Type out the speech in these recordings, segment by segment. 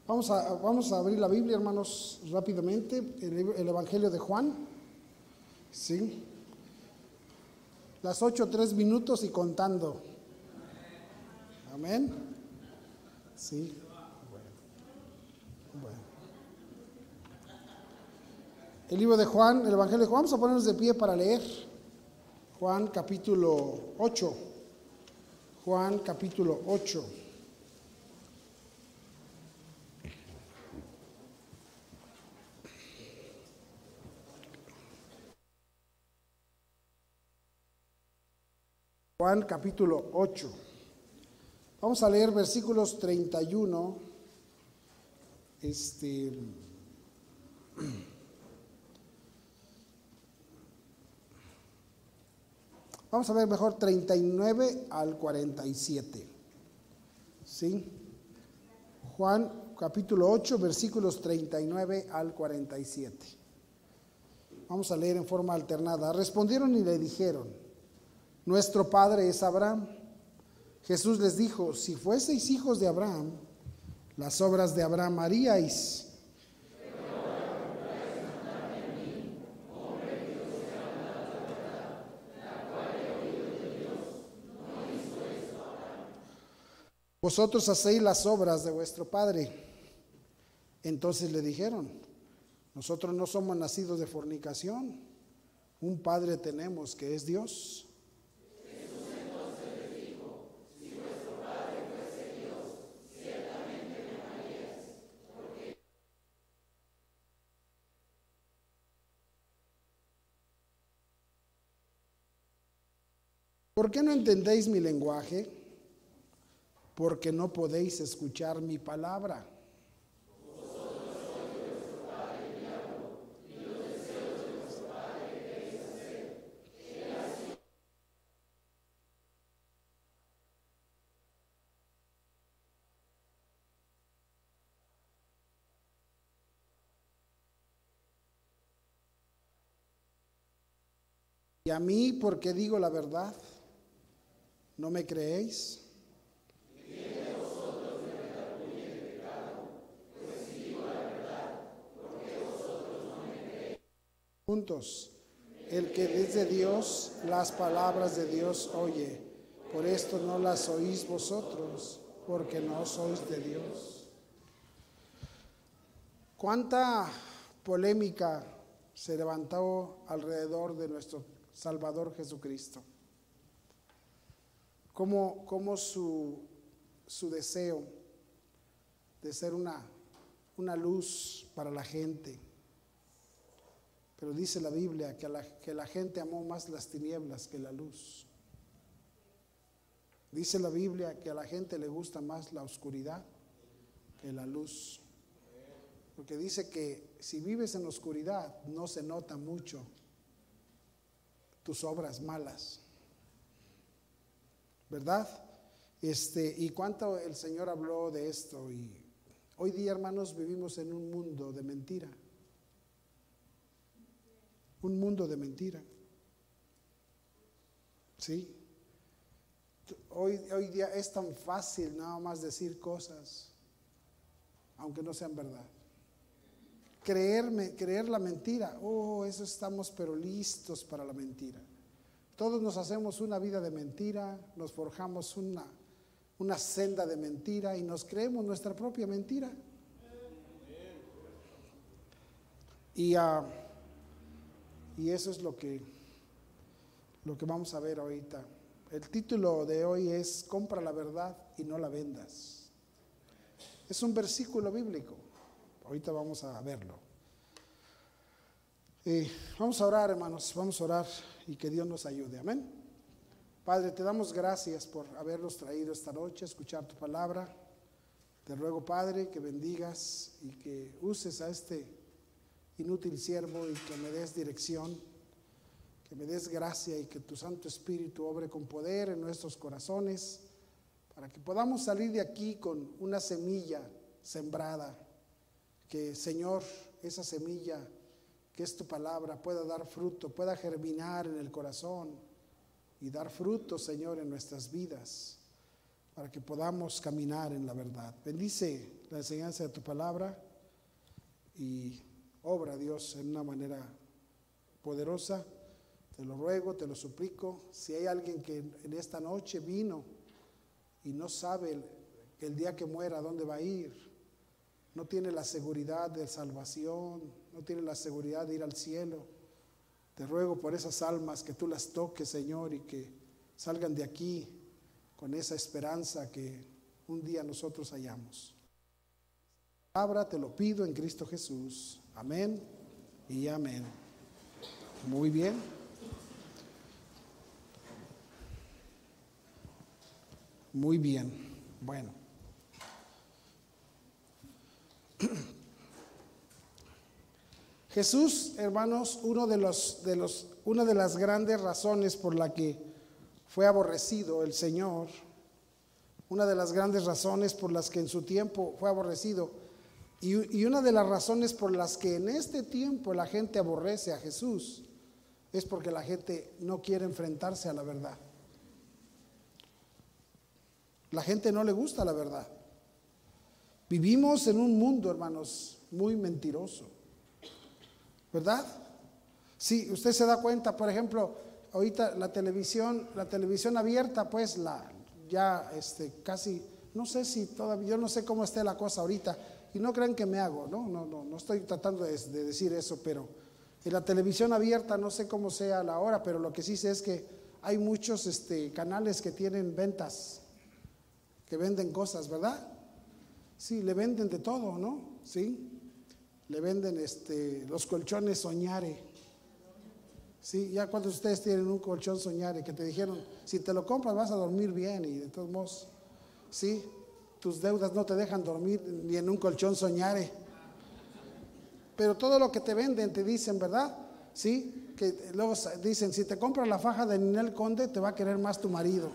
Vamos a abrir la Biblia, hermanos, rápidamente, el Evangelio de Juan, ¿sí? Las 8:03 y contando. Amén. Sí. Bueno. El libro de Juan, el Evangelio de Juan, vamos a ponernos de pie para leer. Juan capítulo 8. Juan capítulo 8. Juan capítulo 8. Vamos a leer versículos 31. Vamos a ver mejor 39 al 47. ¿Sí? Juan capítulo 8, versículos 39 al 47. Vamos a leer en forma alternada. Respondieron y le dijeron: nuestro padre es Abraham. Jesús les dijo: si fueseis hijos de Abraham, las obras de Abraham haríais. Vosotros hacéis las obras de vuestro padre. Entonces le dijeron: nosotros no somos nacidos de fornicación, un padre tenemos que es Dios. Jesús entonces les dijo: si vuestro padre fuese Dios, ciertamente me amaríais, porque ¿por qué no entendéis mi lenguaje? Porque no podéis escuchar mi palabra. vosotros sois de vuestro padre el diablo, y los deseos de vuestro padre queréis hacer. Él así. Y a mí, porque digo la verdad, ¿no me creéis? Juntos, el que es de Dios, las palabras de Dios oye. Por esto no las oís vosotros, porque no sois de Dios. ¿Cuánta polémica se levantó alrededor de nuestro Salvador Jesucristo? Cómo su deseo de ser una luz para la gente. Pero dice la Biblia que la gente amó más las tinieblas que la luz. Dice la Biblia que a la gente le gusta más la oscuridad que la luz. Porque dice que si vives en oscuridad no se nota mucho tus obras malas. ¿Verdad? Y cuánto el Señor habló de esto. Y hoy día, hermanos, vivimos en un mundo de mentira. Un mundo de mentira. ¿Sí? Hoy día es tan fácil nada más decir cosas, aunque no sean verdad. Creer la mentira. Oh, eso estamos pero listos para la mentira. Todos nos hacemos una vida de mentira, nos forjamos una senda de mentira y nos creemos nuestra propia mentira. Y eso es lo que vamos a ver ahorita. El título de hoy es: compra la verdad y no la vendas. Es un versículo bíblico. Ahorita vamos a verlo. Vamos a orar, hermanos, vamos a orar y que Dios nos ayude. Amén. Padre, te damos gracias por habernos traído esta noche a escuchar tu palabra. Te ruego, Padre, que bendigas y que uses a este inútil siervo y que me des dirección, que me des gracia y que tu Santo Espíritu obre con poder en nuestros corazones para que podamos salir de aquí con una semilla sembrada, que, Señor, esa semilla que es tu palabra pueda dar fruto, pueda germinar en el corazón y dar fruto, Señor, en nuestras vidas, para que podamos caminar en la verdad. Bendice la enseñanza de tu palabra y obra, Dios, en una manera poderosa. Te lo ruego, te lo suplico. Si hay alguien que en esta noche vino y no sabe el día que muera a dónde va a ir, no tiene la seguridad de salvación, no tiene la seguridad de ir al cielo, te ruego por esas almas que tú las toques, Señor, y que salgan de aquí con esa esperanza que un día nosotros hallamos. Palabra te lo pido en Cristo Jesús. Amén y amén. Muy bien. Muy bien. Bueno. Jesús, hermanos, una de las grandes razones por la que fue aborrecido el Señor, una de las grandes razones por las que en su tiempo fue aborrecido, y una de las razones por las que en este tiempo la gente aborrece a Jesús, es porque la gente no quiere enfrentarse a la verdad. La gente no le gusta la verdad. Vivimos en un mundo, hermanos, muy mentiroso, ¿verdad? Sí, usted se da cuenta, por ejemplo, ahorita la televisión abierta, pues casi, no sé si todavía, yo no sé cómo esté la cosa ahorita, y no crean que me hago, no estoy tratando de decir eso, pero en la televisión abierta no sé cómo sea la hora, pero lo que sí sé es que hay muchos canales que tienen ventas, que venden cosas, ¿verdad? Sí, le venden de todo, ¿no? Sí, le venden los colchones Soñare. Sí, ya cuando ustedes tienen un colchón Soñare que te dijeron, si te lo compras vas a dormir bien, y de todos modos, sí, tus deudas no te dejan dormir ni en un colchón Soñare. Pero todo lo que te venden te dicen, ¿verdad? Sí, que luego dicen, si te compras la faja de Ninel Conde te va a querer más tu marido.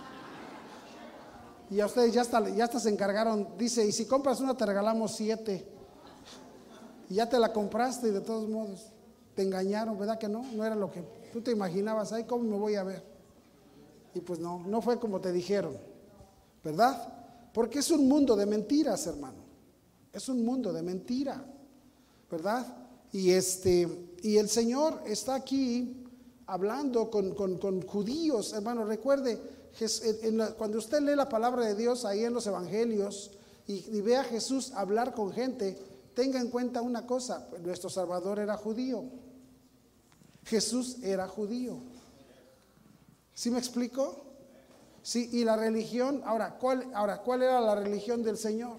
Y a ustedes ya hasta se encargaron, dice, y si compras una te regalamos 7. Y ya te la compraste y de todos modos te engañaron, ¿verdad que no? No era lo que tú te imaginabas. Ay, ¿cómo me voy a ver? Y pues no fue como te dijeron, ¿verdad? Porque es un mundo de mentiras, hermano. Es un mundo de mentira, ¿verdad? Y el Señor está aquí hablando con judíos, hermano. Recuerde, cuando usted lee la palabra de Dios ahí en los evangelios y ve a Jesús hablar con gente, tenga en cuenta una cosa: nuestro Salvador era judío. Jesús era judío. ¿Sí me explico? Sí, y la religión, ¿cuál era la religión del Señor?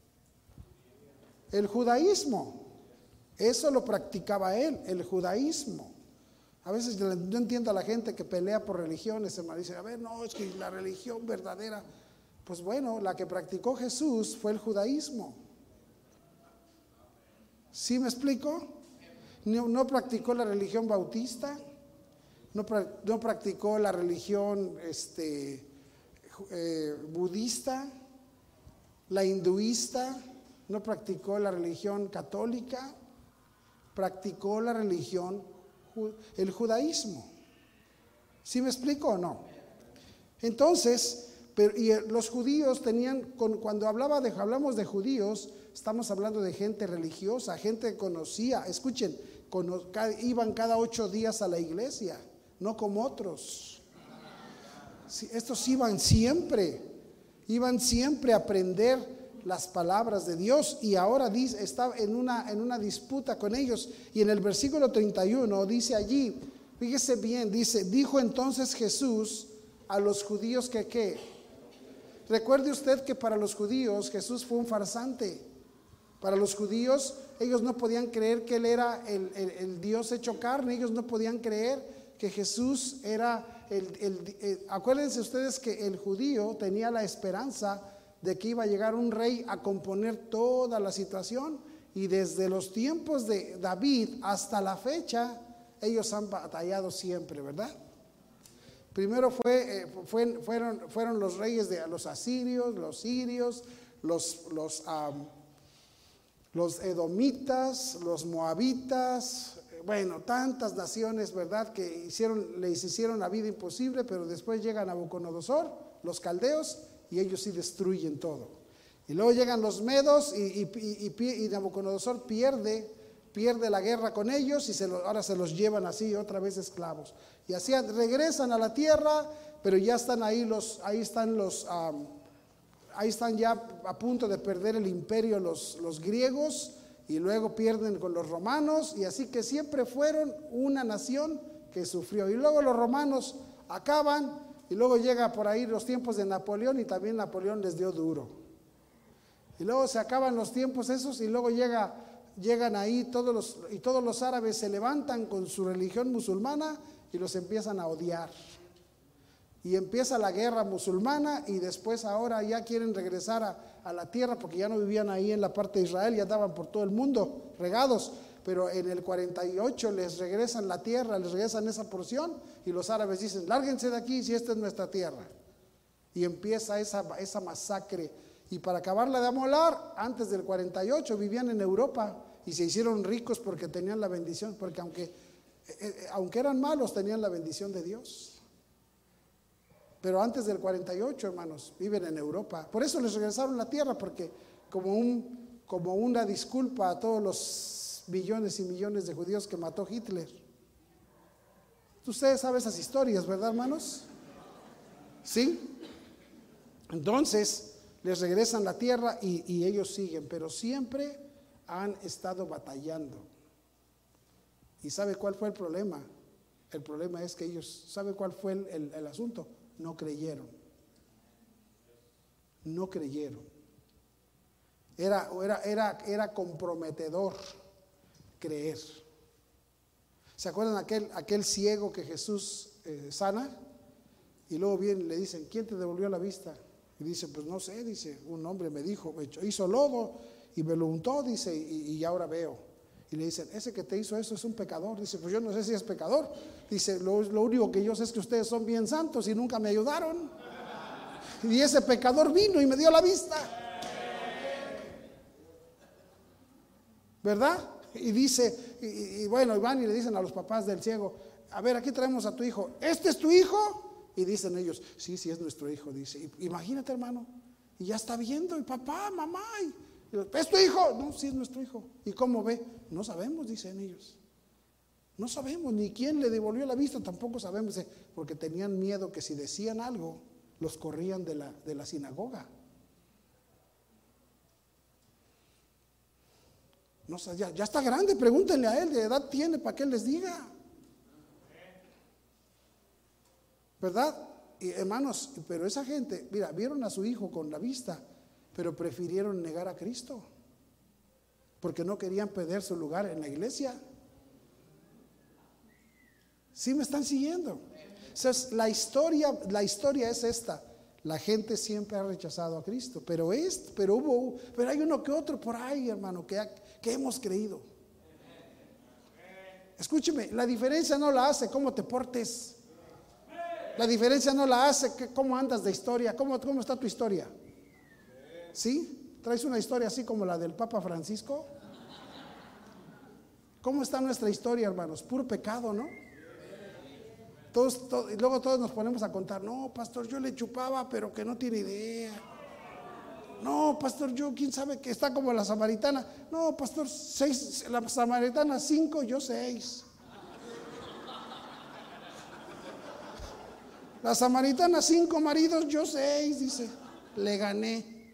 El judaísmo. Eso lo practicaba él, el judaísmo. A veces yo entiendo a la gente que pelea por religiones, hermano, dice, a ver, no, es que la religión verdadera, pues bueno, la que practicó Jesús fue el judaísmo. ¿Sí me explico? No practicó la religión bautista, no practicó la religión budista, la hinduista, no practicó la religión católica, practicó la religión, el judaísmo. ¿Sí me explico o no? Entonces, los judíos tenían, cuando hablamos de judíos, estamos hablando de gente religiosa, gente que conocía, escuchen, iban cada 8 días a la iglesia, no como otros. Sí, estos iban siempre a aprender las palabras de Dios, y ahora está en una disputa con ellos. Y en el versículo 31 dice allí, fíjese bien, dice, dijo entonces Jesús a los judíos que ¿qué? Recuerde usted que para los judíos Jesús fue un farsante. Para los judíos, ellos no podían creer que Él era el Dios hecho carne. Ellos no podían creer que Jesús era acuérdense ustedes que el judío tenía la esperanza de que iba a llegar un rey a componer toda la situación, y desde los tiempos de David hasta la fecha ellos han batallado siempre, ¿verdad? Primero fueron los reyes de los asirios, los sirios, los edomitas, los moabitas, bueno, tantas naciones, ¿verdad?, que les hicieron la vida imposible, pero después llega Nabucodonosor, los caldeos, y ellos sí destruyen todo. Y luego llegan los medos y Nabucodonosor pierde la guerra con ellos y ahora se los llevan así otra vez esclavos. Y así regresan a la tierra, pero ya están ahí ahí están ya a punto de perder el imperio los griegos, y luego pierden con los romanos, y así que siempre fueron una nación que sufrió. Y luego los romanos acaban, y luego llega por ahí los tiempos de Napoleón, y también Napoleón les dio duro. Y luego se acaban los tiempos esos, y luego llegan ahí todos los árabes se levantan con su religión musulmana y los empiezan a odiar. Y empieza la guerra musulmana, y después ahora ya quieren regresar a la tierra, porque ya no vivían ahí en la parte de Israel, ya andaban por todo el mundo regados, pero en el 48 les regresan la tierra, les regresan esa porción, y los árabes dicen, lárguense de aquí si esta es nuestra tierra. Y empieza esa masacre, y para acabarla de amolar, antes del 48 vivían en Europa, y se hicieron ricos porque tenían la bendición, porque aunque eran malos, tenían la bendición de Dios. Pero antes del 48, hermanos, viven en Europa. Por eso les regresaron la tierra, porque como una disculpa a todos los millones y millones de judíos que mató Hitler. Ustedes saben esas historias, ¿verdad, hermanos? ¿Sí? Entonces, les regresan la tierra y ellos siguen, pero siempre han estado batallando. ¿Y sabe cuál fue el problema? El problema es que ellos, ¿sabe cuál fue el asunto? No creyeron. No creyeron. Era comprometedor creer. ¿Se acuerdan aquel ciego que Jesús sana? Y luego viene y le dicen, ¿quién te devolvió la vista? Y dice, pues no sé, dice, un hombre me dijo, hizo lodo y me lo untó, dice, y ahora veo. Y le dicen, ese que te hizo eso es un pecador. Dice, pues yo no sé si es pecador. Dice, lo único que yo sé es que ustedes son bien santos y nunca me ayudaron. Y ese pecador vino y me dio la vista. ¿Verdad? Y dice, y bueno, y van y le dicen a los papás del ciego, a ver, aquí traemos a tu hijo. ¿Este es tu hijo? Y dicen ellos, sí, es nuestro hijo. Dice, imagínate, hermano, y ya está viendo, y papá, mamá, ¿es tu hijo? No, sí es nuestro hijo. ¿Y cómo ve? No sabemos, dicen ellos. No sabemos ni quién le devolvió la vista, tampoco sabemos, porque tenían miedo que si decían algo, los corrían de la sinagoga. No, ya está grande, pregúntenle a él, ¿de edad tiene para que él les diga? ¿Verdad? Y hermanos, pero esa gente, mira, vieron a su hijo con la vista, pero prefirieron negar a Cristo, porque no querían perder su lugar en la iglesia. ¿Sí me están siguiendo? Entonces, la historia es esta. La gente siempre ha rechazado a Cristo, pero hay uno que otro por ahí, hermano, que hemos creído. Escúcheme, la diferencia no la hace cómo te portes. La diferencia no la hace cómo andas de historia, cómo está tu historia. ¿Sí? ¿Traes una historia así como la del Papa Francisco? ¿Cómo está nuestra historia, hermanos? Puro pecado, ¿no? Y luego todos nos ponemos a contar, no, pastor, yo le chupaba, pero que no tiene idea. No, pastor, yo, quién sabe, que está como la samaritana. No, pastor, 6, la samaritana 5, yo 6. La samaritana 5 maridos, yo 6, dice. Le gané.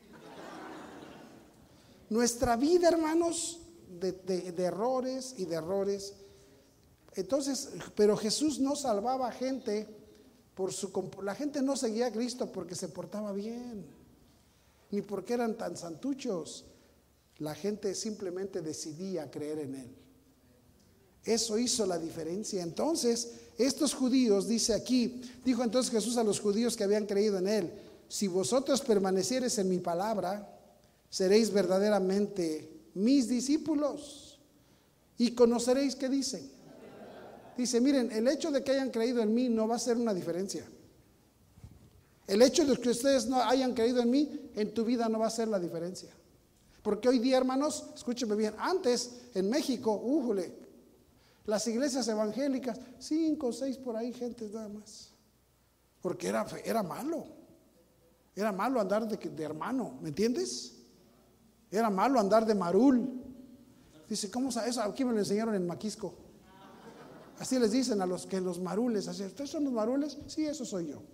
Nuestra vida, hermanos, de errores y de errores. Entonces, pero Jesús no salvaba a gente la gente no seguía a Cristo porque se portaba bien, ni porque eran tan santuchos. La gente simplemente decidía creer en Él. Eso hizo la diferencia. Entonces, estos judíos, dice aquí, dijo entonces Jesús a los judíos que habían creído en Él, si vosotros permaneciereis en mi palabra, seréis verdaderamente mis discípulos y conoceréis, ¿qué dice? Dice, miren, el hecho de que hayan creído en mí no va a ser una diferencia. El hecho de que ustedes no hayan creído en mí, en tu vida no va a ser la diferencia. Porque hoy día, hermanos, escúcheme bien, antes en México, las iglesias evangélicas, 5 o 6 por ahí, gente nada más. Porque era malo. Era malo andar de hermano, ¿me entiendes? Era malo andar de marul. Dice, ¿cómo eso? Aquí me lo enseñaron en Maquisco. Así les dicen a los que los marules, así, ¿ustedes son los marules? Sí, eso soy yo.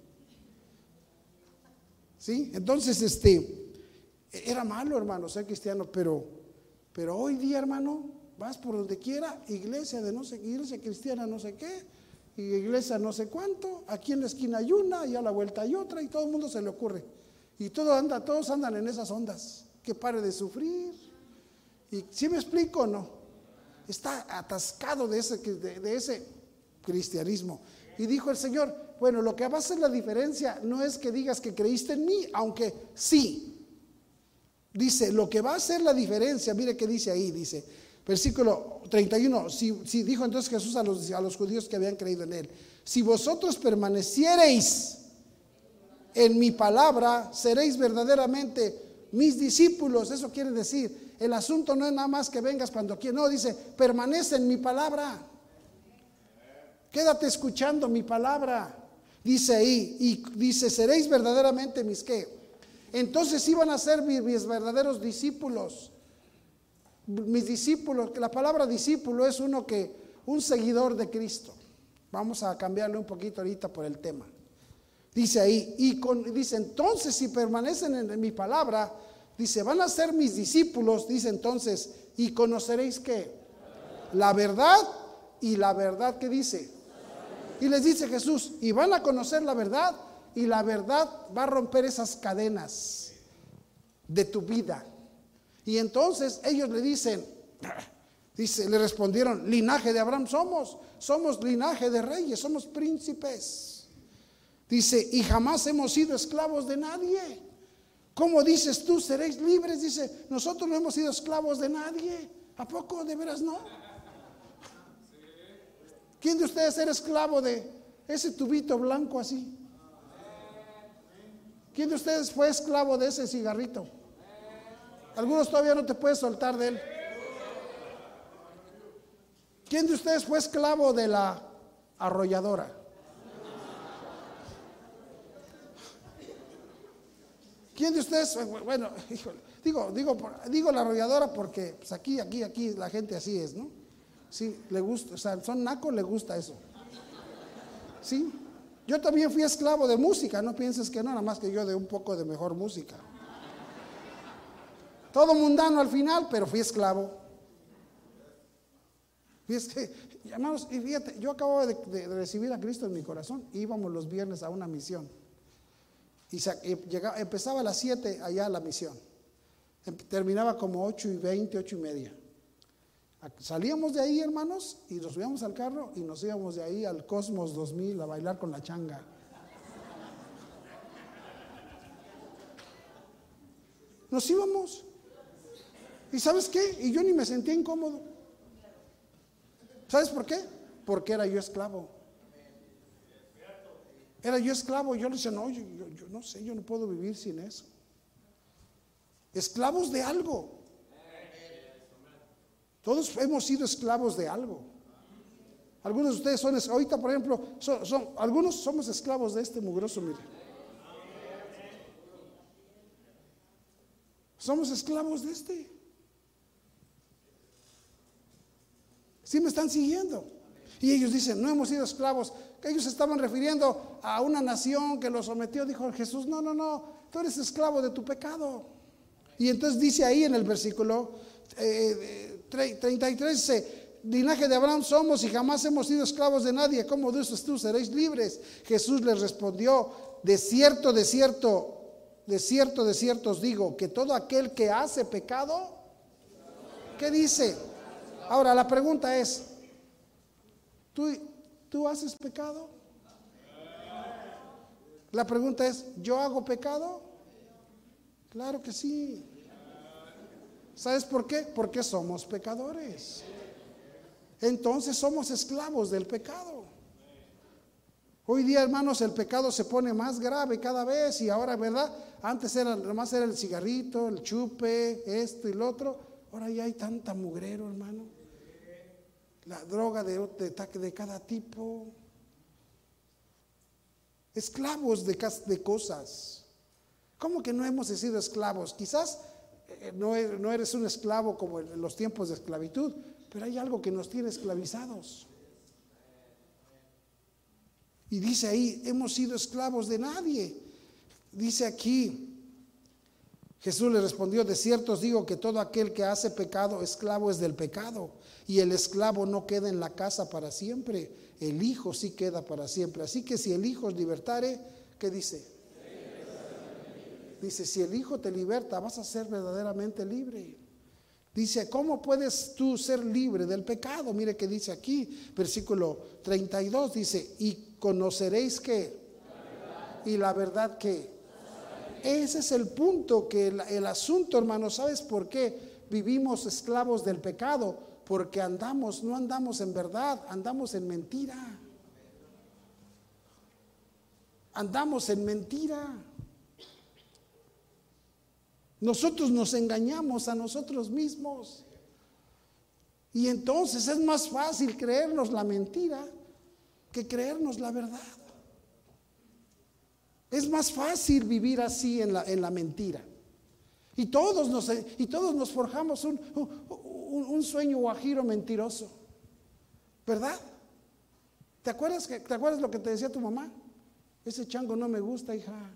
¿Sí? Entonces, era malo, hermano, ser cristiano, pero hoy día, hermano, vas por donde quiera, iglesia de no sé, iglesia cristiana no sé qué, y iglesia no sé cuánto, aquí en la esquina hay una, y a la vuelta hay otra, y todo el mundo se le ocurre. Y todos andan en esas ondas, que pare de sufrir. ¿Y si me explico o no? Está atascado de ese cristianismo. Y dijo el Señor, bueno, lo que va a hacer la diferencia no es que digas que creíste en mí, aunque sí. Dice, lo que va a hacer la diferencia, mire qué dice ahí, dice, versículo 31, si dijo entonces Jesús a los judíos que habían creído en él, si vosotros permaneciereis en mi palabra, seréis verdaderamente mis discípulos. Eso quiere decir, el asunto no es nada más que vengas cuando quieras, no, dice, permanece en mi palabra. Quédate escuchando mi palabra. Dice ahí, y dice, seréis verdaderamente mis ¿qué? Entonces iban a ser mis verdaderos discípulos. Mis discípulos, la palabra discípulo es un seguidor de Cristo. Vamos a cambiarle un poquito ahorita por el tema. Dice ahí, dice, entonces si permanecen en mi palabra, dice, van a ser mis discípulos, dice entonces, y conoceréis ¿qué? La verdad, y la verdad, ¿qué dice? Y les dice Jesús, y van a conocer la verdad, y la verdad va a romper esas cadenas de tu vida. Y entonces ellos le dicen, le respondieron, linaje de Abraham somos linaje de reyes, somos príncipes. Dice, y jamás hemos sido esclavos de nadie. ¿Cómo dices tú, seréis libres? Dice, nosotros no hemos sido esclavos de nadie. ¿A poco de veras no? ¿Quién de ustedes era esclavo de ese tubito blanco así? ¿Quién de ustedes fue esclavo de ese cigarrito? Algunos todavía no te puedes soltar de él. ¿Quién de ustedes fue esclavo de la arrolladora? ¿Quién de ustedes? Bueno, híjole, digo la arrolladora porque pues aquí la gente así es, ¿no? Sí, le gusta, o sea, son nacos, le gusta eso. Sí, yo también fui esclavo de música, no pienses que no, nada más que yo de un poco de mejor música. Todo mundano al final, pero fui esclavo. Hermanos, y fíjate, yo acabo de recibir a Cristo en mi corazón, íbamos los viernes a una misión. Y empezaba a las 7 allá la misión. Terminaba como 8:20, 8:30. Salíamos de ahí, hermanos, y nos subíamos al carro y nos íbamos de ahí al Cosmos 2000 a bailar con la changa. Nos íbamos. ¿Y sabes qué? Y yo ni me sentía incómodo. ¿Sabes por qué? Porque era yo esclavo. Era yo esclavo. Yo le decía, no, yo no sé, yo no puedo vivir sin eso. Esclavos de algo. Todos hemos sido esclavos de algo. Algunos de ustedes son, ahorita por ejemplo, algunos somos esclavos de este mugroso, mire. Somos esclavos de este. ¿Sí me están siguiendo? Y ellos dicen, no hemos sido esclavos. Ellos se estaban refiriendo a una nación que los sometió. Dijo Jesús, no, tú eres esclavo de tu pecado. Y entonces dice ahí en el versículo 33, dice, linaje de Abraham somos y jamás hemos sido esclavos de nadie. ¿Cómo dices tú, seréis libres? Jesús les respondió, de cierto os digo, que todo aquel que hace pecado, ¿qué dice? Ahora la pregunta es, ¿tú haces pecado? La pregunta es, ¿yo hago pecado? Claro que sí. ¿Sabes por qué? Porque somos pecadores. Entonces somos esclavos del pecado. Hoy día, hermanos, el pecado se pone más grave cada vez y ahora, ¿verdad? Antes nomás era el cigarrito, el chupe, esto y lo otro. Ahora ya hay tanta mugrero, hermano. La droga de cada tipo. Esclavos de cosas. ¿Cómo que no hemos sido esclavos? Quizás no eres un esclavo como en los tiempos de esclavitud, pero hay algo que nos tiene esclavizados. Y dice ahí, hemos sido esclavos de nadie. Dice aquí, Jesús le respondió, de cierto os digo que todo aquel que hace pecado, esclavo es del pecado. Y el esclavo no queda en la casa para siempre, el Hijo sí queda para siempre. Así que si el Hijo os libertare, ¿qué dice? Dice, si el Hijo te liberta, vas a ser verdaderamente libre. Dice, ¿cómo puedes tú ser libre del pecado? Mire que dice aquí, versículo 32, dice, y conoceréis que, y la verdad que. Ese es el punto, que el asunto, hermano. ¿Sabes por qué vivimos esclavos del pecado? Porque no andamos en verdad, andamos en mentira. Andamos en mentira. Nosotros nos engañamos a nosotros mismos. Y entonces es más fácil creernos la mentira que creernos la verdad. Es más fácil vivir así en la mentira. Y todos nos forjamos un sueño guajiro mentiroso. ¿Verdad? ¿Te acuerdas lo que te decía tu mamá? Ese chango no me gusta, hija.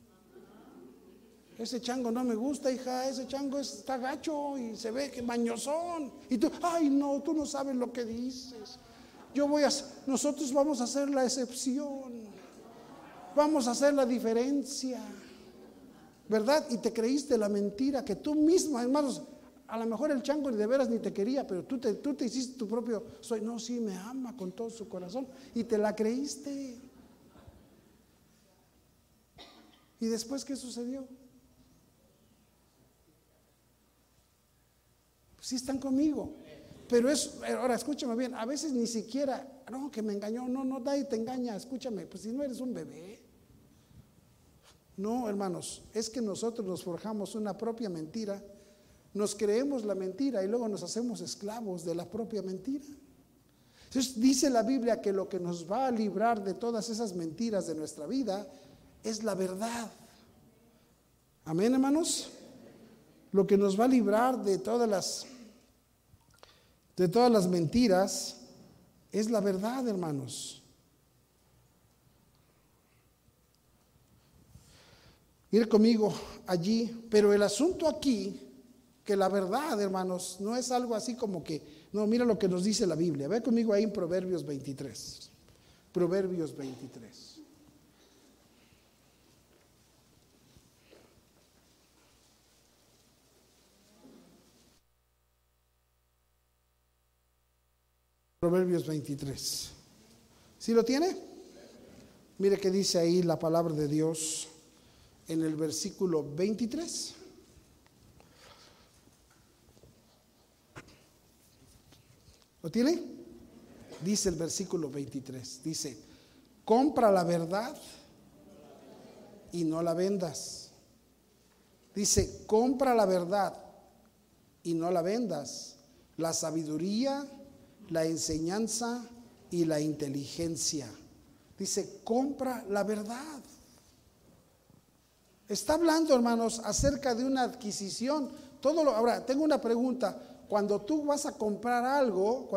Ese chango no me gusta, hija. Ese chango está gacho y se ve que mañosón. Y tú, ay no, tú no sabes lo que dices. Nosotros vamos a hacer la excepción. Vamos a hacer la diferencia, ¿verdad? Y te creíste la mentira que tú misma, hermanos, a lo mejor el chango de veras ni te quería, pero tú te hiciste tu propio, no, sí me ama con todo su corazón, y te la creíste. ¿Y después qué sucedió? Pues sí están conmigo, pero ahora escúchame bien, a veces ni siquiera, no, que me engañó, no, nadie te engaña, escúchame, pues si no eres un bebé. No, hermanos, es que nosotros nos forjamos una propia mentira, nos creemos la mentira y luego nos hacemos esclavos de la propia mentira. Entonces dice la Biblia que lo que nos va a librar de todas esas mentiras de nuestra vida es la verdad. Amén, hermanos. Lo que nos va a librar de todas las mentiras es la verdad, hermanos. Mire conmigo allí, pero el asunto aquí, que la verdad, hermanos, no es algo así como que, no, mira lo que nos dice la Biblia. Ve conmigo ahí en Proverbios 23. Proverbios 23. Proverbios 23. ¿Sí lo tiene? Mire que dice ahí la palabra de Dios en el versículo 23. ¿Lo tiene? Dice el versículo 23. Dice, compra la verdad y no la vendas. Dice, compra la verdad y no la vendas. La sabiduría, la enseñanza y la inteligencia. Dice, compra la verdad. Está hablando, hermanos, acerca de una adquisición. Ahora, tengo una pregunta. Cuando tú vas a comprar algo,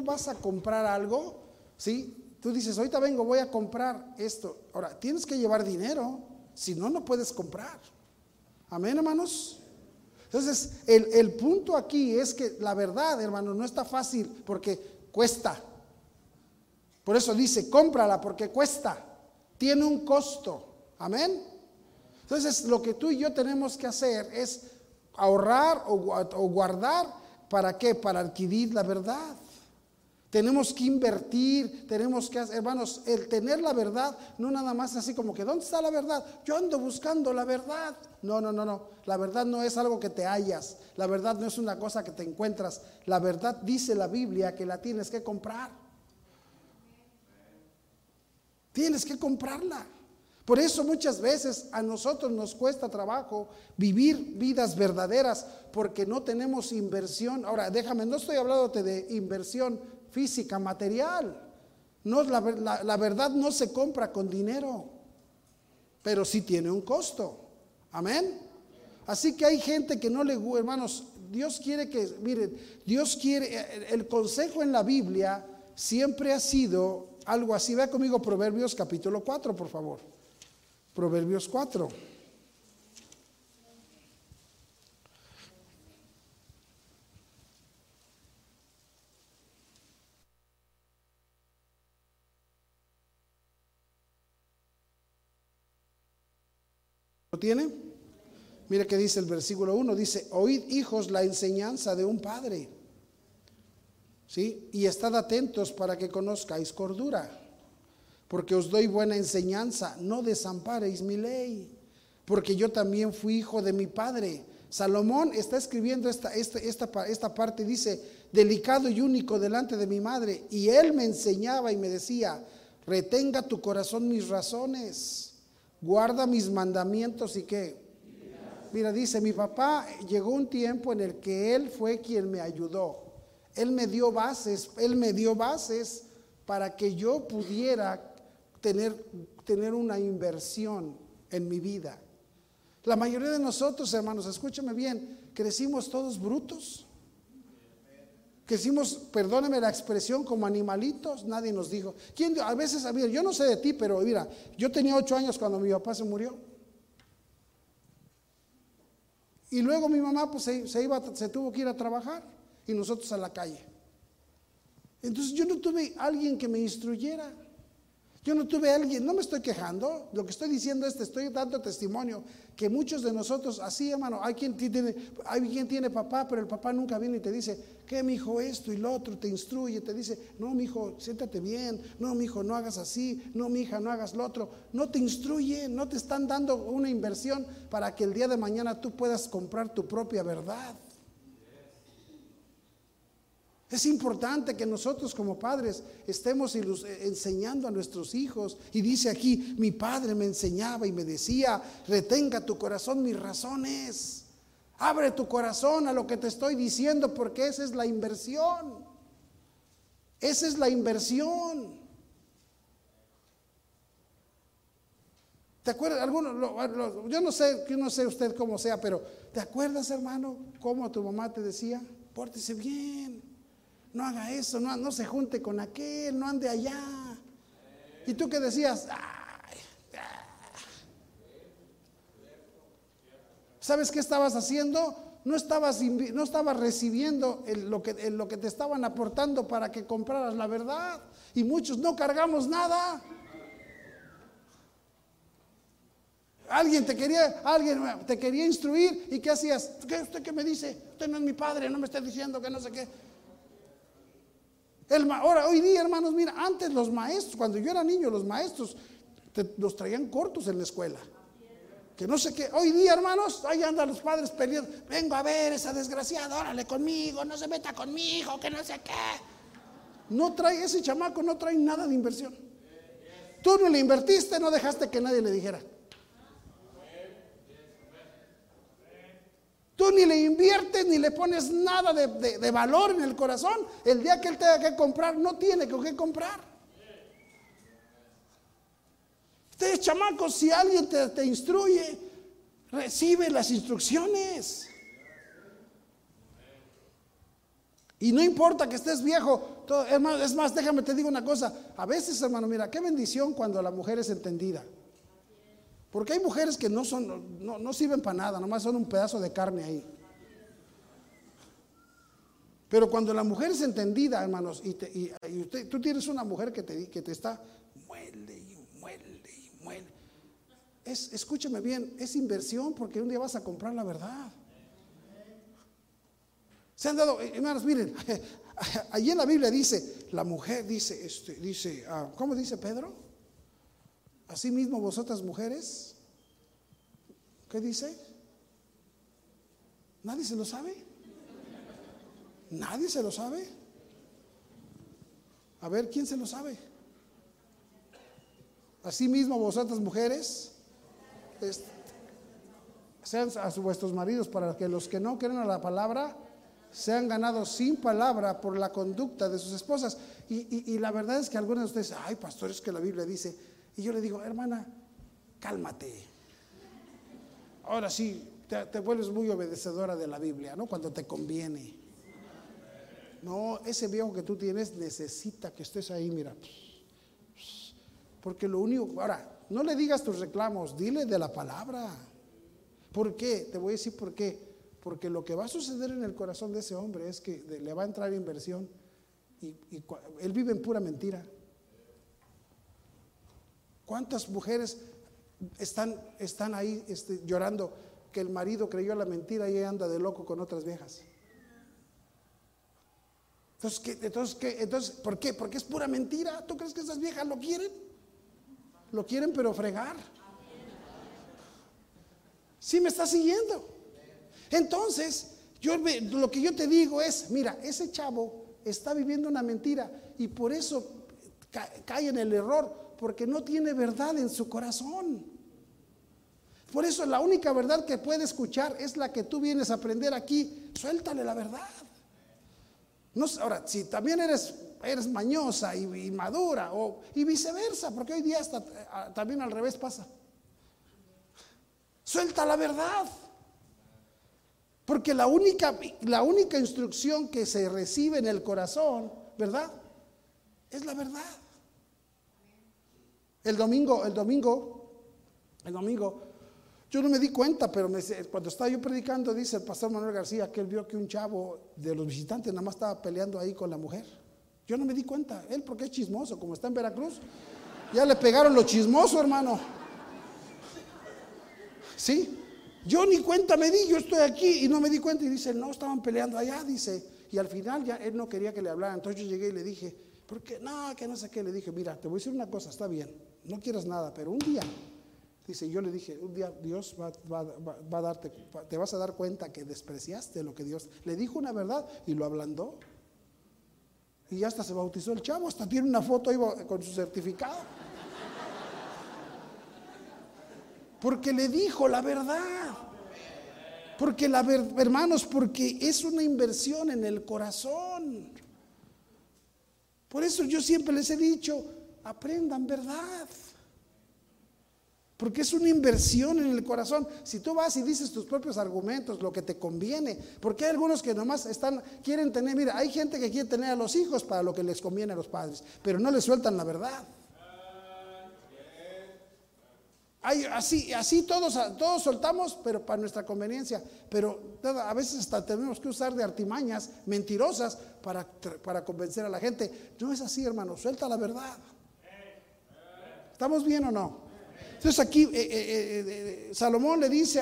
¿sí? Tú dices, ahorita voy a comprar esto. Ahora, tienes que llevar dinero, si no, no puedes comprar. Amén, hermanos. Entonces, el punto aquí es que la verdad, hermanos, no está fácil porque cuesta. Por eso dice, cómprala porque cuesta. Tiene un costo. Amén. Entonces, lo que tú y yo tenemos que hacer es ahorrar o guardar. ¿Para qué? Para adquirir la verdad. Tenemos que invertir, tenemos que hacer, hermanos, el tener la verdad, no nada más así como que, ¿dónde está la verdad? Yo ando buscando la verdad. No. La verdad no es algo que te hallas. La verdad no es una cosa que te encuentras. La verdad dice la Biblia que la tienes que comprar. Tienes que comprarla. Por eso muchas veces a nosotros nos cuesta trabajo vivir vidas verdaderas porque no tenemos inversión. Ahora, no estoy hablándote de inversión física, material. No, la verdad no se compra con dinero, pero sí tiene un costo. Amén. Así que hay gente que no le gusta, hermanos. Dios quiere que, miren, Dios quiere, el consejo en la Biblia siempre ha sido algo así. Vea conmigo Proverbios capítulo 4, por favor. Proverbios 4. ¿Lo tiene? Mire que dice el versículo 1, dice: oíd, hijos, la enseñanza de un padre, ¿sí? Y estad atentos para que conozcáis cordura, porque os doy buena enseñanza, no desamparéis mi ley, porque yo también fui hijo de mi padre. Salomón está escribiendo esta parte, dice: delicado y único delante de mi madre, y él me enseñaba y me decía: retenga tu corazón mis razones, guarda mis mandamientos. ¿Y qué? Mira, dice, mi papá llegó un tiempo en el que él fue quien me ayudó. Él me dio bases para que yo pudiera tener una inversión en mi vida. La mayoría de nosotros, hermanos, escúchame bien, crecimos todos brutos. Crecimos, perdóneme la expresión, como animalitos. Nadie nos dijo. A veces, mira, yo no sé de ti, pero mira, yo tenía 8 años cuando mi papá se murió. Y luego mi mamá pues se tuvo que ir a trabajar y nosotros a la calle. Entonces yo no tuve alguien que me instruyera. Yo no tuve alguien, no me estoy quejando, lo que estoy diciendo es, estoy dando testimonio que muchos de nosotros, así hermano, hay quien tiene papá, pero el papá nunca viene y te dice: ¿qué, mi hijo, esto y lo otro? Te instruye, te dice: no, mi hijo, siéntate bien, no, mi hijo, no hagas así, no, mi hija, no hagas lo otro. No te instruye, no te están dando una inversión para que el día de mañana tú puedas comprar tu propia verdad. Es importante que nosotros como padres estemos enseñando a nuestros hijos. Y dice aquí: mi padre me enseñaba y me decía: retenga tu corazón mis razones. Abre tu corazón a lo que te estoy diciendo, porque esa es la inversión. Esa es la inversión. ¿Te acuerdas? Yo no sé usted cómo sea, pero ¿te acuerdas, hermano, cómo tu mamá te decía? Pórtese bien. No haga eso, no se junte con aquel, no ande allá. ¿Y tú qué decías? Ay. ¿Sabes qué estabas haciendo? No estabas recibiendo lo que te estaban aportando para que compraras la verdad. Y muchos no cargamos nada. Alguien te quería instruir, ¿y qué hacías? ¿Usted qué me dice? Usted no es mi padre, no me está diciendo que no sé qué. Ahora, hoy día, hermanos, mira, antes los maestros, cuando yo era niño, los maestros los traían cortos en la escuela. Que no sé qué. Hoy día, hermanos, ahí andan los padres peleando. Vengo a ver esa desgraciada, órale conmigo, no se meta con mi hijo, que no sé qué. Ese chamaco no trae nada de inversión. Tú no le invertiste, no dejaste que nadie le dijera. Tú ni le inviertes ni le pones nada de valor en el corazón. El día que él tenga que comprar, no tiene con qué comprar. Ustedes, chamacos, si alguien te instruye, recibe las instrucciones. Y no importa que estés viejo, hermano, es más, déjame te digo una cosa. A veces, hermano, mira, qué bendición cuando la mujer es entendida. Porque hay mujeres que no sirven para nada, nomás son un pedazo de carne ahí. Pero cuando la mujer es entendida, hermanos, tú tienes una mujer que te está muele y muele y muele. Escúchame bien, es inversión, porque un día vas a comprar la verdad. Se han dado, hermanos, miren, allí en la Biblia dice, la mujer dice, ¿cómo dice Pedro? Asimismo vosotras mujeres, ¿qué dice? ¿Nadie se lo sabe? ¿Nadie se lo sabe? A ver, ¿quién se lo sabe? Asimismo vosotras mujeres, sean a vuestros maridos, para que los que no creen a la palabra sean ganados sin palabra por la conducta de sus esposas. Y la verdad es que algunos de ustedes dicen: ay, pastor, es que la Biblia dice. Y yo le digo: hermana, cálmate. ahora sí, te vuelves muy obedecedora de la Biblia, ¿no? Cuando te conviene. No, ese viejo que tú tienes necesita que estés ahí, mira. Porque lo único, ahora, no le digas tus reclamos, dile de la palabra. ¿Por qué? Te voy a decir por qué. Porque lo que va a suceder en el corazón de ese hombre es que le va a entrar inversión y él vive en pura mentira. ¿Cuántas mujeres están ahí llorando que el marido creyó la mentira y ella anda de loco con otras viejas? Entonces, ¿por qué? Porque es pura mentira. ¿Tú crees que esas viejas lo quieren? Lo quieren, pero fregar. ¿Sí me está siguiendo? Entonces, lo que yo te digo es, mira, ese chavo está viviendo una mentira y por eso cae en el error, porque no tiene verdad en su corazón. Por eso la única verdad que puede escuchar es la que tú vienes a aprender aquí. Suéltale la verdad. No, ahora, si también eres mañosa y madura, y viceversa, porque hoy día también al revés pasa. Suelta la verdad. Porque la única instrucción que se recibe en el corazón, ¿verdad? Es la verdad. El domingo, yo no me di cuenta, pero cuando estaba yo predicando, dice el pastor Manuel García que él vio que un chavo de los visitantes nada más estaba peleando ahí con la mujer. Yo no me di cuenta, él porque es chismoso, como está en Veracruz, ya le pegaron lo chismoso, hermano. ¿Sí? Yo ni cuenta me di, yo estoy aquí y no me di cuenta y dice, no, estaban peleando allá, dice, y al final ya él no quería que le hablaran. Entonces yo llegué y le dije, ¿por qué? No, que no sé qué. Le dije, mira, te voy a decir una cosa, está bien, no quieras nada, pero un día, dice, yo le dije, un día Dios va a darte, te vas a dar cuenta que despreciaste lo que Dios le dijo una verdad y lo ablandó. Y ya hasta se bautizó el chavo, hasta tiene una foto ahí con su certificado. Porque le dijo la verdad. Porque hermanos, porque es una inversión en el corazón. Por eso yo siempre les he dicho, aprendan verdad. Porque es una inversión en el corazón. Si tú vas y dices tus propios argumentos, lo que te conviene, porque hay algunos que nomás quieren tener, mira, hay gente que quiere tener a los hijos para lo que les conviene a los padres, pero no les sueltan la verdad. Así todos soltamos, pero para nuestra conveniencia. Pero a veces hasta tenemos que usar de artimañas mentirosas para convencer a la gente. No es así, hermano, suelta la verdad. ¿Estamos bien o no? Entonces aquí Salomón le dice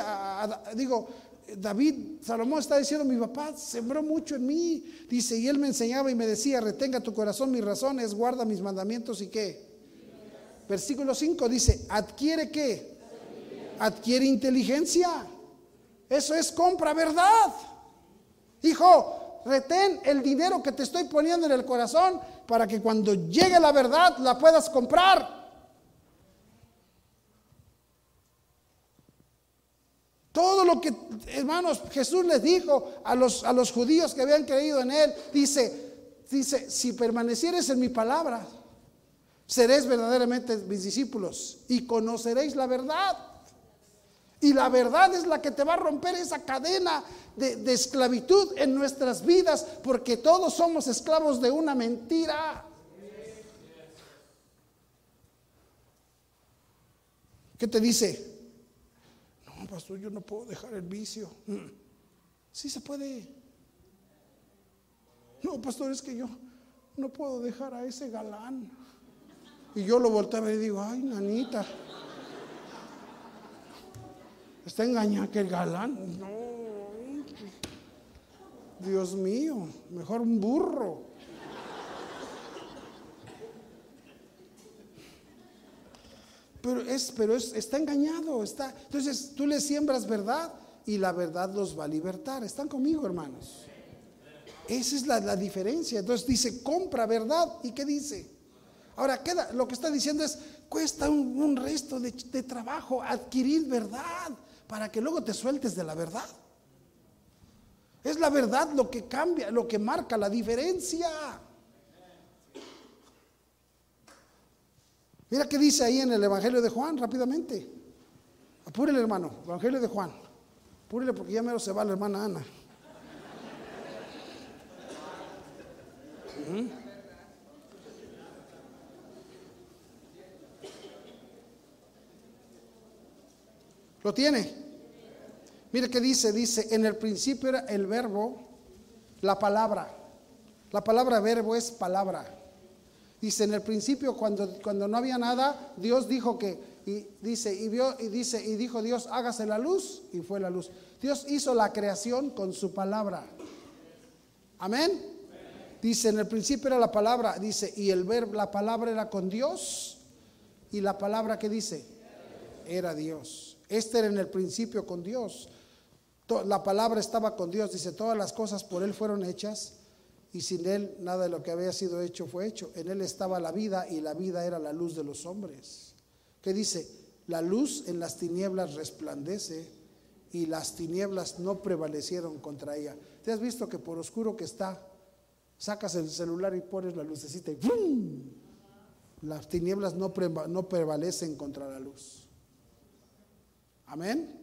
Salomón está diciendo, mi papá sembró mucho en mí, dice, y él me enseñaba y me decía, retenga tu corazón mis razones, guarda mis mandamientos y qué. Versículo 5 dice, ¿adquiere qué? Adquiere inteligencia. Eso es compra verdad. Hijo, retén el dinero que te estoy poniendo en el corazón para que cuando llegue la verdad la puedas comprar. Todo lo que, hermanos, Jesús les dijo a los judíos que habían creído en él, dice, si permanecieres en mi palabra, seréis verdaderamente mis discípulos y conoceréis la verdad. Y la verdad es la que te va a romper esa cadena de esclavitud en nuestras vidas, porque todos somos esclavos de una mentira. ¿Qué te dice? No, pastor, yo no puedo dejar el vicio. Sí se puede. No, pastor, es que yo no puedo dejar a ese galán. Y yo lo volteaba y digo, ay, nanita, está engañada que el galán. No, Dios mío, mejor un burro. Pero está engañado, entonces tú le siembras verdad y la verdad los va a libertar. ¿Están conmigo, hermanos? Esa es la diferencia. Entonces dice, compra verdad. ¿Y qué dice? Ahora lo que está diciendo es, cuesta un resto de trabajo adquirir verdad para que luego te sueltes de la verdad. Es la verdad lo que cambia, lo que marca la diferencia. Mira qué dice ahí en el Evangelio de Juan, rápidamente. Apúrele, hermano, Evangelio de Juan. Apúrele porque ya mero se va la hermana Ana. ¿Lo tiene? Mire qué dice, en el principio era el verbo, la palabra. La palabra verbo es palabra. Dice, en el principio cuando no había nada, Dios dijo que, y dijo Dios, hágase la luz, y fue la luz. Dios hizo la creación con su palabra. Amén. Dice, en el principio era la palabra, dice, y el verbo, la palabra era con Dios, y la palabra, ¿qué dice? Era Dios. Este era en el principio con Dios. La palabra estaba con Dios. Dice, todas las cosas por Él fueron hechas, y sin Él nada de lo que había sido hecho fue hecho. En Él estaba la vida, y la vida era la luz de los hombres. ¿Qué dice? La luz en las tinieblas resplandece, y las tinieblas no prevalecieron contra ella. ¿Te has visto que por oscuro que está, sacas el celular y pones la lucecita y ¡pum! Las tinieblas no prevalecen contra la luz? Amén.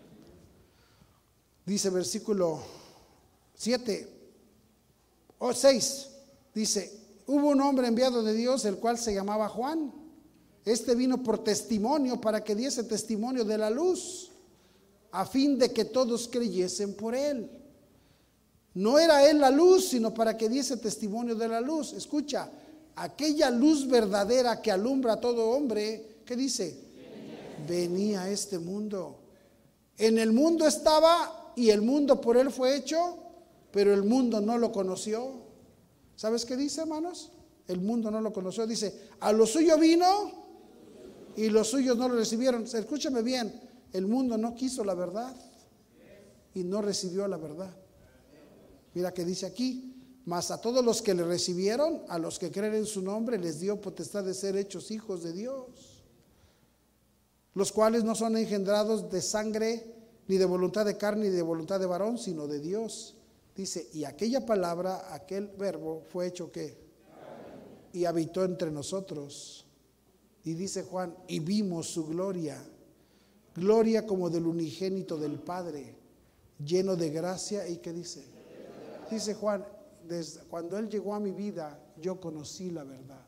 Dice versículo 7 o 6, dice, hubo un hombre enviado de Dios, el cual se llamaba Juan. Este vino por testimonio, para que diese testimonio de la luz, a fin de que todos creyesen por él. No era él la luz, sino para que diese testimonio de la luz. Escucha, aquella luz verdadera que alumbra a todo hombre, ¿qué dice? Venía a este mundo. En el mundo estaba, y el mundo por él fue hecho, pero el mundo no lo conoció. ¿Sabes qué dice, hermanos? El mundo no lo conoció. Dice, a lo suyo vino, y los suyos no lo recibieron. Escúchame bien, el mundo no quiso la verdad, y no recibió la verdad. Mira que dice aquí, mas a todos los que le recibieron, a los que creen en su nombre, les dio potestad de ser hechos hijos de Dios, los cuales no son engendrados de sangre, ni de voluntad de carne, ni de voluntad de varón, sino de Dios. Dice, y aquella palabra, aquel verbo fue hecho ¿qué? Y habitó entre nosotros. Y dice Juan, y vimos su gloria, gloria como del unigénito del Padre, lleno de gracia. ¿Y qué dice? Dice Juan, desde cuando Él llegó a mi vida, yo conocí la verdad.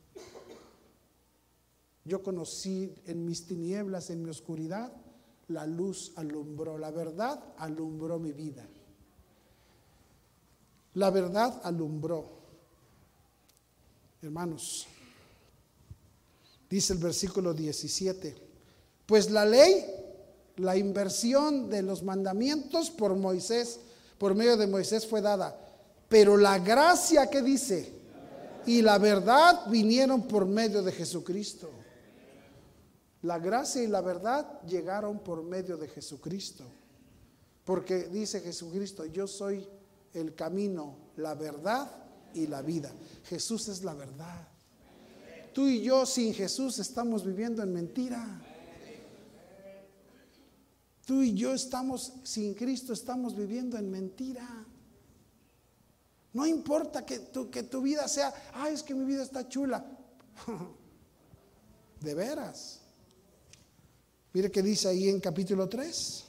Yo conocí en mis tinieblas, en mi oscuridad, la luz alumbró, la verdad alumbró mi vida. La verdad alumbró. Hermanos, dice el versículo 17, pues la ley, la inversión de los mandamientos por Moisés, por medio de Moisés fue dada, pero la gracia, ¿qué dice? Y la verdad vinieron por medio de Jesucristo. La gracia y la verdad llegaron por medio de Jesucristo. Porque dice Jesucristo, yo soy el camino, la verdad y la vida. Jesús es la verdad. Tú y yo sin Jesús estamos viviendo en mentira. Tú y yo estamos sin Cristo, estamos viviendo en mentira. No importa que tu vida sea, ay, es que mi vida está chula. De veras. Mire que dice ahí en capítulo 3.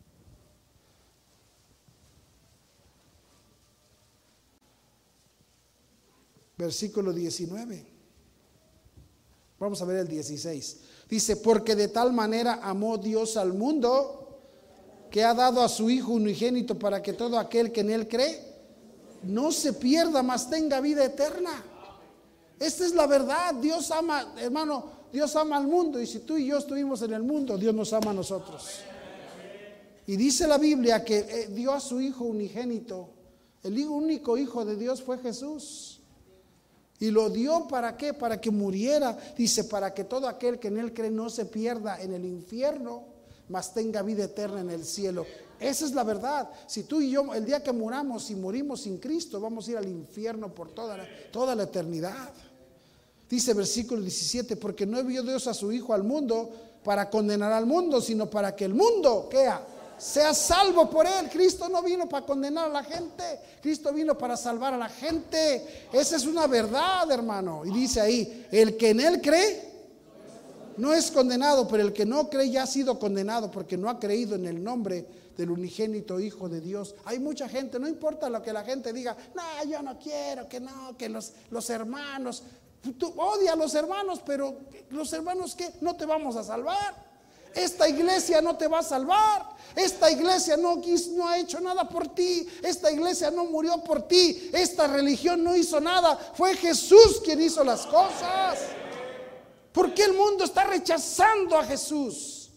Versículo 19. Vamos a ver el 16. Dice, porque de tal manera amó Dios al mundo, que ha dado a su Hijo unigénito, para que todo aquel que en Él cree no se pierda, mas tenga vida eterna. Esta es la verdad. Dios ama, hermano, Dios ama al mundo, y si tú y yo estuvimos en el mundo, Dios nos ama a nosotros. Y dice la Biblia que dio a su Hijo unigénito. El único Hijo de Dios fue Jesús. Y lo dio ¿para qué? Para que muriera. Dice, para que todo aquel que en Él cree no se pierda en el infierno, mas tenga vida eterna en el cielo. Esa es la verdad. Si tú y yo, el día que muramos, y morimos sin Cristo, vamos a ir al infierno por toda la eternidad. Dice versículo 17, porque no envió Dios a su Hijo al mundo para condenar al mundo, sino para que el mundo, ¿qué? Sea salvo por Él. Cristo no vino para condenar a la gente, Cristo vino para salvar a la gente. Esa es una verdad, hermano. Y dice ahí, el que en Él cree no es condenado, pero el que no cree ya ha sido condenado porque no ha creído en el nombre del unigénito Hijo de Dios. Hay mucha gente, no importa lo que la gente diga, no, yo no quiero, que no, que los hermanos, tú odia a los hermanos, pero los hermanos, ¿qué? No te vamos a salvar. Esta iglesia no te va a salvar. Esta iglesia no ha hecho nada por ti. Esta iglesia no murió por ti. Esta religión no hizo nada. Fue Jesús quien hizo las cosas. ¿Por qué el mundo está rechazando a Jesús?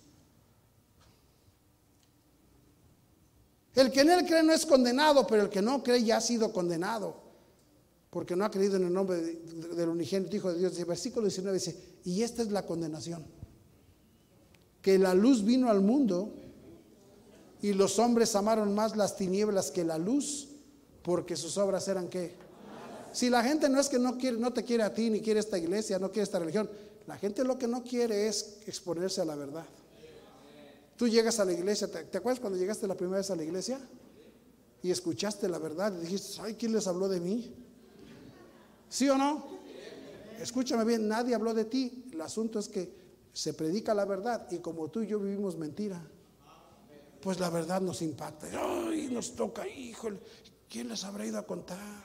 El que en él cree no es condenado, pero el que no cree ya ha sido condenado, porque no ha creído en el nombre del unigénito Hijo de Dios. El versículo 19 dice: y esta es la condenación, que la luz vino al mundo y los hombres amaron más las tinieblas que la luz, porque sus obras eran ¿qué? Si la gente no es que no te quiere a ti, ni quiere esta iglesia, no quiere esta religión, la gente lo que no quiere es exponerse a la verdad. Tú llegas a la iglesia, ¿te acuerdas cuando llegaste la primera vez a la iglesia? Y escuchaste la verdad y dijiste: ay, ¿quién les habló de mí? ¿Sí o no? Escúchame bien, nadie habló de ti. El asunto es que se predica la verdad y como tú y yo vivimos mentira, pues la verdad nos impacta. Ay, nos toca, híjole, ¿quién les habrá ido a contar?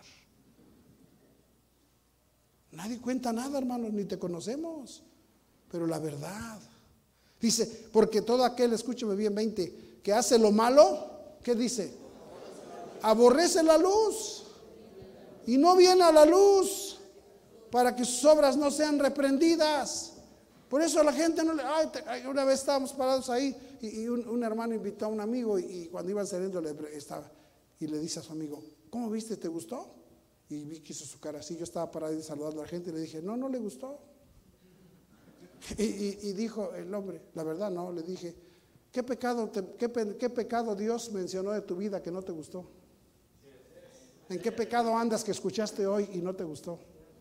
Nadie cuenta nada, hermanos, ni te conocemos. Pero la verdad dice: porque todo aquel, escúchame bien, 20, que hace lo malo, ¿qué dice? Aborrece la luz y no viene a la luz para que sus obras no sean reprendidas. Por eso a la gente no le... una vez estábamos parados ahí y un hermano invitó a un amigo y cuando iban saliendo y le dice a su amigo: ¿cómo viste? ¿Te gustó? Y vi que hizo su cara así. Yo estaba parado y saludando a la gente y le dije: no le gustó. Y dijo el hombre: la verdad no. Le dije: ¿qué pecado Dios mencionó de tu vida que no te gustó? ¿En qué pecado andas que escuchaste hoy y no te gustó?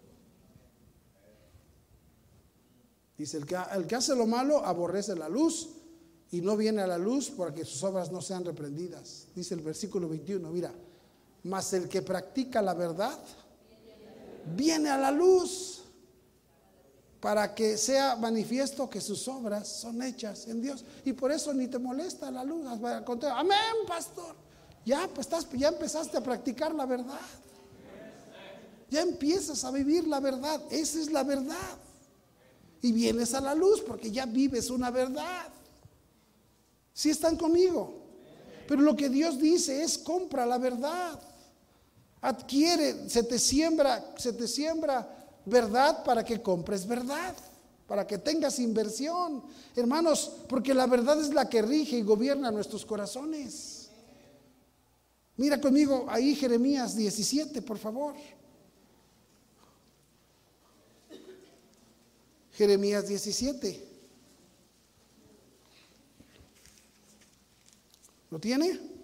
Dice: el que hace lo malo aborrece la luz y no viene a la luz para que sus obras no sean reprendidas. Dice el versículo 21, mira: mas el que practica la verdad viene a la luz para que sea manifiesto que sus obras son hechas en Dios. Y por eso ni te molesta la luz. Amén, pastor. Ya empezaste a practicar la verdad. Ya empiezas a vivir la verdad. Esa es la verdad. Y vienes a la luz porque ya vives una verdad. ¿Sí están conmigo? Pero lo que Dios dice es: compra la verdad. Adquiere, se te siembra verdad para que compres verdad, para que tengas inversión, hermanos, porque la verdad es la que rige y gobierna nuestros corazones. Mira conmigo ahí Jeremías 17, por favor. Jeremías 17. ¿Lo tiene?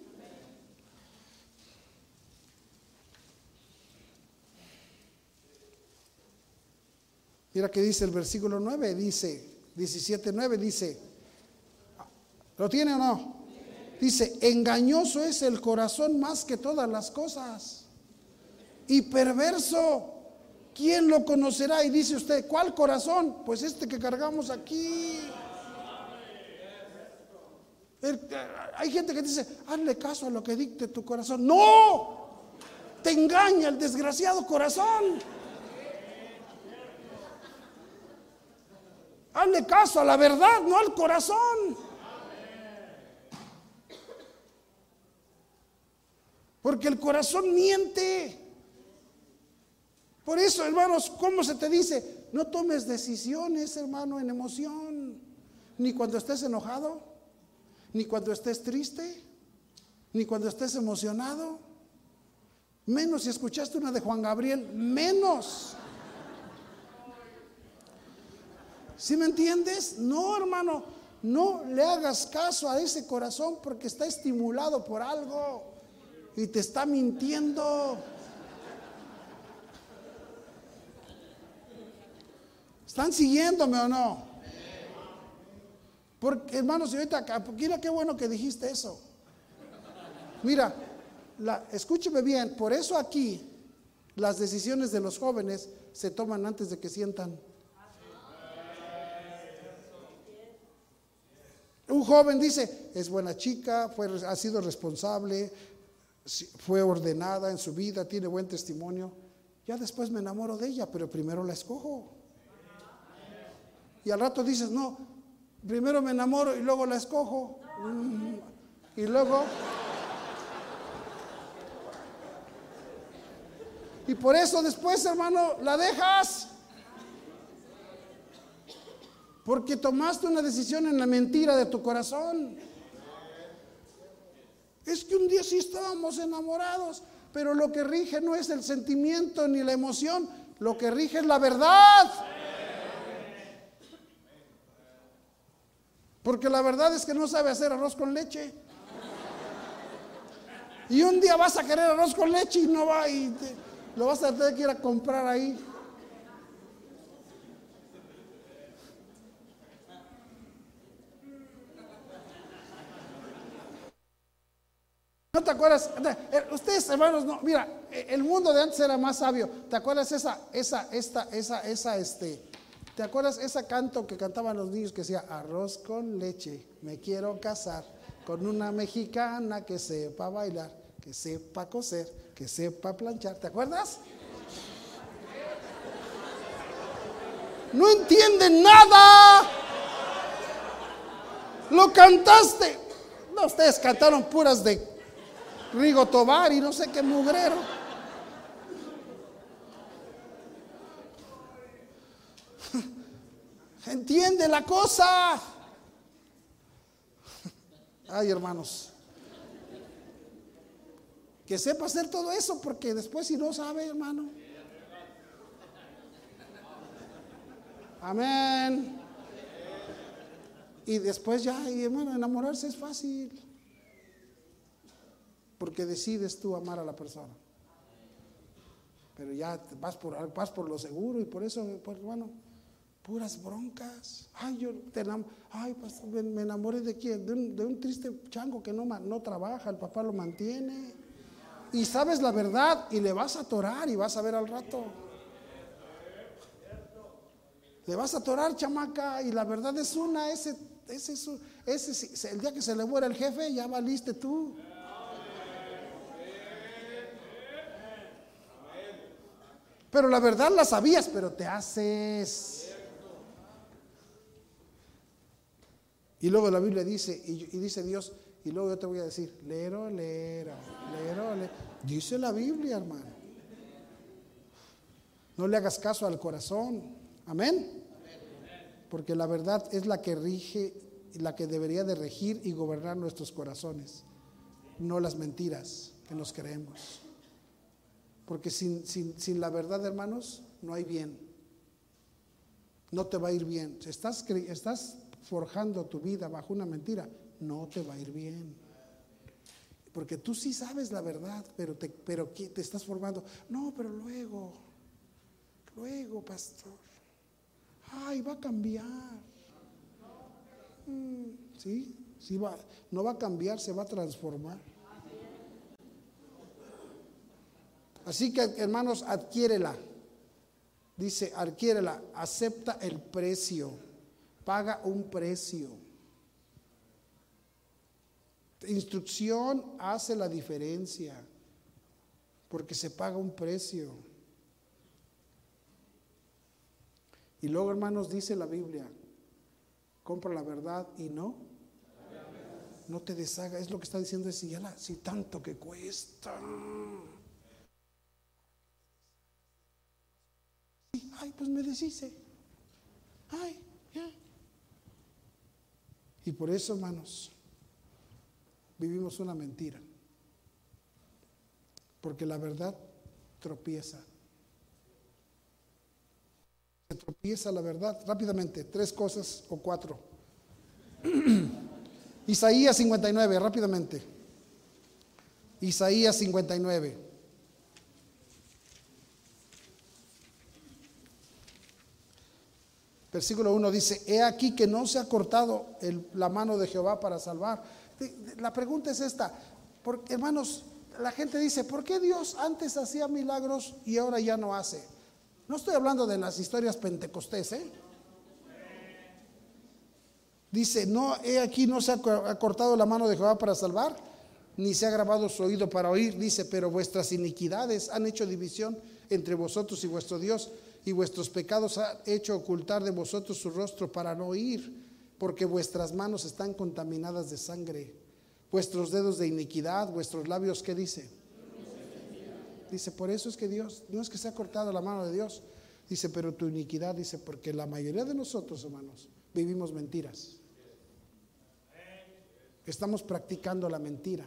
Mira que dice el versículo 9, dice 17:9, dice, ¿lo tiene o no? Dice: engañoso es el corazón más que todas las cosas y perverso, ¿quién lo conocerá? Y dice usted: ¿cuál corazón? Pues este que cargamos aquí. Hay gente que dice: hazle caso a lo que dicte tu corazón. No, te engaña el desgraciado corazón. Hazle caso a la verdad, no al corazón. Porque el corazón miente. Por eso, hermanos, ¿cómo se te dice? No tomes decisiones, hermano, en emoción. Ni cuando estés enojado, ni cuando estés triste, ni cuando estés emocionado. Menos si escuchaste una de Juan Gabriel, menos. ¿Sí me entiendes? No, hermano, no le hagas caso a ese corazón porque está estimulado por algo y te está mintiendo. ¿Están siguiéndome o no? Porque, hermanos, y ahorita, mira qué bueno que dijiste eso. Mira, escúcheme bien, por eso aquí las decisiones de los jóvenes se toman antes de que sientan. un joven dice, es buena chica, ha sido responsable, fue ordenada en su vida, tiene buen testimonio. Ya después me enamoro de ella, pero primero la escojo. Y al rato dices, no, primero me enamoro y luego la escojo. Y luego... Y por eso después, hermano, la dejas. Porque tomaste una decisión en la mentira de tu corazón. Es que un día sí estábamos enamorados, pero lo que rige no es el sentimiento ni la emoción, lo que rige es la verdad. Porque la verdad es que no sabe hacer arroz con leche. Y un día vas a querer arroz con leche y no va, y lo vas a tener que ir a comprar ahí. ¿No te acuerdas? Ustedes, hermanos, no, mira, el mundo de antes era más sabio. ¿Te acuerdas ¿te acuerdas esa canto que cantaban los niños que decía arroz con leche, me quiero casar con una mexicana que sepa bailar, que sepa coser, que sepa planchar? ¿Te acuerdas? No entienden nada. Lo cantaste. No, ustedes cantaron puras de Rigo Tobar y no sé qué mugrero. Entiende la cosa. Ay, hermanos, que sepa hacer todo eso, porque después si no sabe, hermano. Amén. Y después ya, y hermano, enamorarse es fácil, porque decides tú amar a la persona. Pero ya vas por lo seguro, y por eso, pues, hermano, puras broncas. Ay, pastor, me enamoré de quién, de un triste chango que no trabaja, el papá lo mantiene. Y sabes la verdad y le vas a atorar y vas a ver al rato. Le vas a atorar, chamaca, y la verdad es una, el día que se le muera el jefe, ya valiste tú. Pero la verdad la sabías, pero te haces. Y luego la Biblia dice, y dice Dios, y luego yo te voy a decir, lero. Dice la Biblia, hermano. No le hagas caso al corazón. Amén. Porque la verdad es la que rige, la que debería de regir y gobernar nuestros corazones, no las mentiras que nos creemos. Porque sin la verdad, hermanos, no hay bien. No te va a ir bien. Si estás forjando tu vida bajo una mentira, no te va a ir bien. Porque tú sí sabes la verdad, pero te estás formando. No, pero luego, pastor. Ay, va a cambiar. Sí, no va a cambiar, se va a transformar. Así que, hermanos, adquiérela. Dice, adquiérela, acepta el precio, paga un precio. Instrucción hace la diferencia, porque se paga un precio. Y luego, hermanos, dice la Biblia, compra la verdad y no te deshaga. Es lo que está diciendo, si tanto que cuesta. Ay, pues me deshice. Ay, ya. Y por eso, hermanos, vivimos una mentira. Porque la verdad tropieza. Se tropieza la verdad. Rápidamente, 3 cosas o 4. Isaías 59, rápidamente. Isaías 59. Versículo 1 dice, he aquí que no se ha cortado la mano de Jehová para salvar. La pregunta es esta, porque, hermanos, la gente dice, ¿por qué Dios antes hacía milagros y ahora ya no hace? No estoy hablando de las historias pentecostés, Dice, no, he aquí no se ha cortado la mano de Jehová para salvar, ni se ha grabado su oído para oír. Dice, pero vuestras iniquidades han hecho división entre vosotros y vuestro Dios, y vuestros pecados han hecho ocultar de vosotros su rostro para no oír, porque vuestras manos están contaminadas de sangre, vuestros dedos de iniquidad, vuestros labios, ¿qué dice? Dice, por eso es que Dios, no es que se ha cortado la mano de Dios, dice, pero tu iniquidad, dice, porque la mayoría de nosotros, hermanos, vivimos mentiras. Estamos practicando la mentira.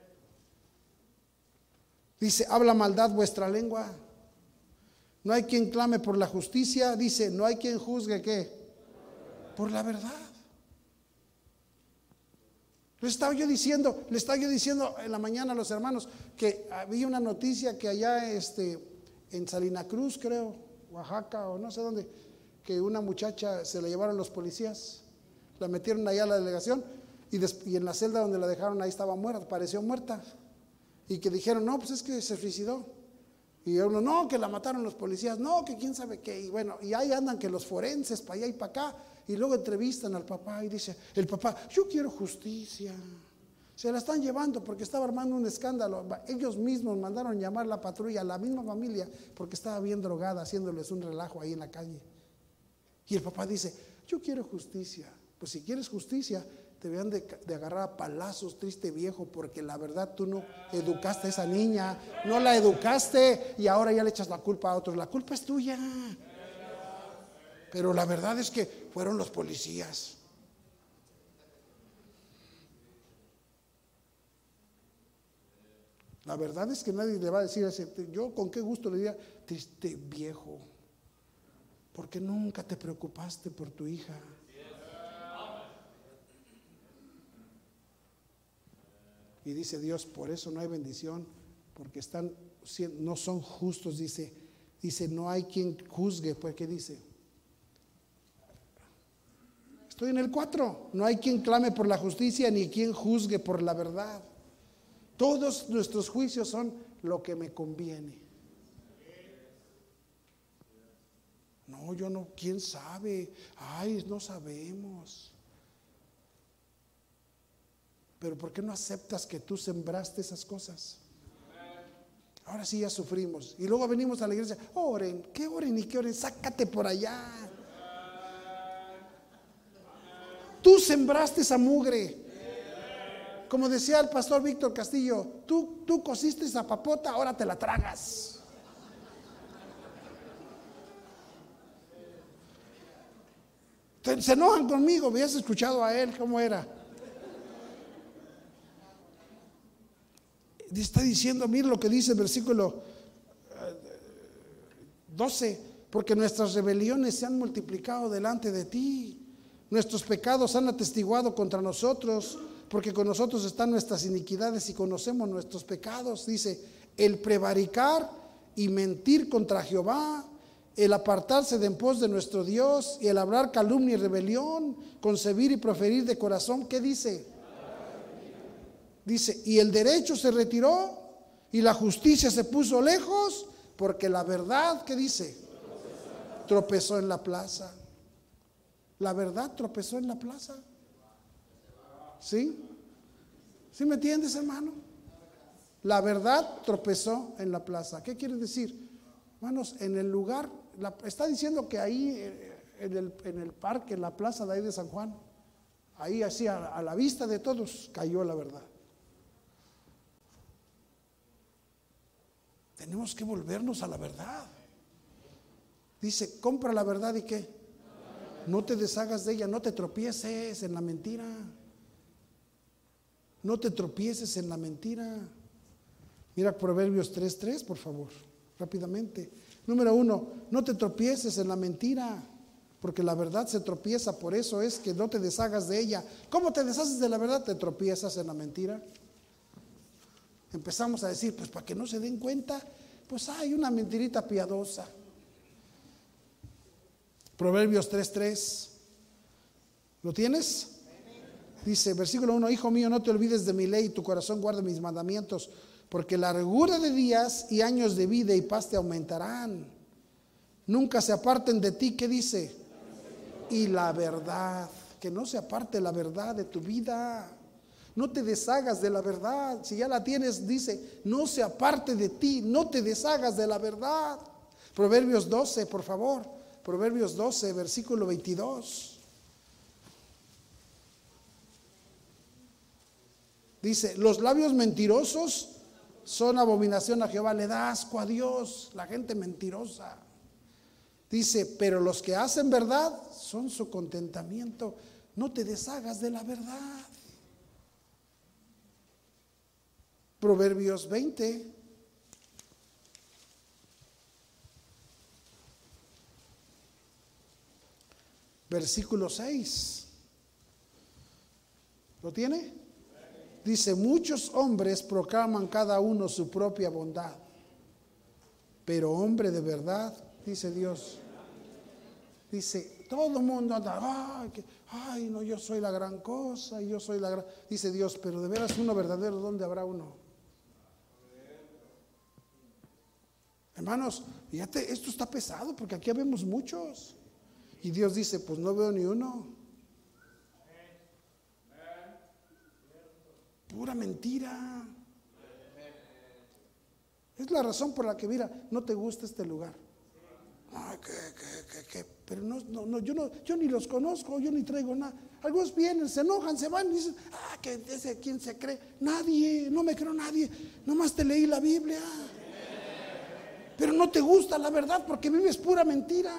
Dice, habla maldad vuestra lengua. No hay quien clame por la justicia. Dice, no hay quien juzgue, ¿qué? Por la verdad. Le estaba yo diciendo en la mañana a los hermanos que había una noticia que allá en Salina Cruz, creo, Oaxaca o no sé dónde, que una muchacha se la llevaron los policías, la metieron allá a la delegación y en la celda donde la dejaron ahí estaba muerta, pareció muerta, y que dijeron, no, pues es que se suicidó, y uno, no, que la mataron los policías, no, que quién sabe qué, y bueno, y ahí andan que los forenses para allá y para acá, y luego entrevistan al papá y dice, el papá, yo quiero justicia. Se la están llevando porque estaba armando un escándalo. Ellos mismos mandaron llamar la patrulla a la misma familia porque estaba bien drogada, haciéndoles un relajo ahí en la calle. Y el papá dice, yo quiero justicia. Pues si quieres justicia, te vean de agarrar a palazos, triste viejo, porque la verdad tú no educaste a esa niña, no la educaste y ahora ya le echas la culpa a otros. La culpa es tuya. Pero la verdad es que fueron los policías. La verdad es que nadie le va a decir, yo con qué gusto le diría, triste viejo, porque nunca te preocupaste por tu hija. Y dice Dios, por eso no hay bendición, porque no son justos, dice, no hay quien juzgue, pues ¿qué dice? Estoy en el 4, no hay quien clame por la justicia, ni quien juzgue por la verdad. Todos nuestros juicios son lo que me conviene. No, yo no, quién sabe, ay, no sabemos. Pero ¿por qué no aceptas que tú sembraste esas cosas? Ahora sí ya sufrimos. Y luego venimos a la iglesia, oren, ¿qué oren y qué oren? Sácate por allá. Tú sembraste esa mugre. Como decía el pastor Víctor Castillo, tú cosiste esa papota, ahora te la tragas. Se enojan conmigo, habías escuchado a él cómo era. Está diciendo, mire lo que dice el versículo 12, porque nuestras rebeliones se han multiplicado delante de ti, nuestros pecados han atestiguado contra nosotros, porque con nosotros están nuestras iniquidades y conocemos nuestros pecados. Dice, el prevaricar y mentir contra Jehová, el apartarse de en pos de nuestro Dios y el hablar calumnia y rebelión, concebir y proferir de corazón, ¿qué dice? Dice, y el derecho se retiró y la justicia se puso lejos, porque la verdad, ¿qué dice? Tropezó en la plaza. La verdad tropezó en la plaza. ¿Sí? ¿Sí me entiendes, hermano? La verdad tropezó en la plaza. ¿Qué quiere decir? Hermanos, en el lugar, está diciendo que ahí en el parque, en la plaza de ahí de San Juan, ahí así a la vista de todos cayó la verdad. Tenemos que volvernos a la verdad. Dice, compra la verdad y ¿qué? No te deshagas de ella, no te tropieces en la mentira. No te tropieces en la mentira. Mira Proverbios 3:3, por favor, rápidamente. Número 1, no te tropieces en la mentira, porque la verdad se tropieza, por eso es que no te deshagas de ella. ¿Cómo te deshaces de la verdad? Te tropiezas en la mentira. Empezamos a decir, pues para que no se den cuenta, pues hay una mentirita piadosa. Proverbios 3:3. ¿Lo tienes? Dice, versículo 1, hijo mío, no te olvides de mi ley, tu corazón guarda mis mandamientos, porque largura de días y años de vida y paz te aumentarán. Nunca se aparten de ti, ¿qué dice? Y la verdad. que no se aparte la verdad de tu vida. No te deshagas de la verdad. Si ya la tienes, dice, no se aparte de ti, no te deshagas de la verdad. Proverbios 12, por favor. Proverbios 12, versículo 22. Dice, los labios mentirosos son abominación a Jehová. Le da asco a Dios la gente mentirosa. Dice, pero los que hacen verdad son su contentamiento. No te deshagas de la verdad. Proverbios 20. Versículo 6. ¿Lo tiene? Dice, muchos hombres proclaman cada uno su propia bondad, pero hombre de verdad, dice Dios. Dice, todo el mundo anda, ay, no, yo soy la gran cosa, y yo soy la gran... Dice Dios, pero de veras uno verdadero, ¿dónde habrá uno? Hermanos, fíjate, esto está pesado porque aquí vemos muchos. Y Dios dice, pues no veo ni uno. Pura mentira. Es la razón por la que, mira, no te gusta este lugar. Ay, ¿qué? Pero yo ni los conozco, yo ni traigo nada. Algunos vienen, se enojan, se van y dicen, que ese quién se cree. Nadie, no me creo nadie. Nomás te leí la Biblia. Pero no te gusta la verdad porque vives pura mentira.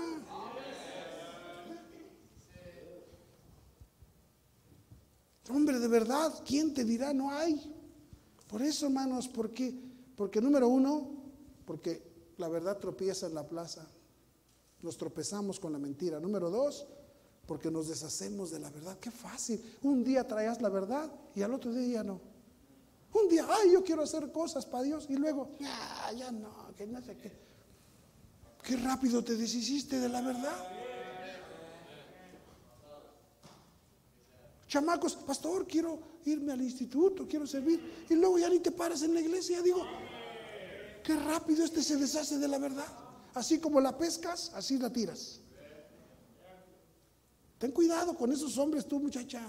Hombre de verdad, ¿quién te dirá? No hay. Por eso, hermanos, ¿por qué? Porque número uno, porque la verdad tropieza en la plaza. Nos tropezamos con la mentira. Número dos, porque nos deshacemos de la verdad. Qué fácil. Un día traías la verdad y al otro día ya no. Un día, yo quiero hacer cosas para Dios, y luego, ya no, que no sé qué. Qué rápido te deshiciste de la verdad. Chamacos, pastor, quiero irme al instituto, quiero servir, y luego ya ni te paras en la iglesia. Digo, qué rápido se deshace de la verdad. Así como la pescas, así la tiras. Ten cuidado con esos hombres tú, muchacha.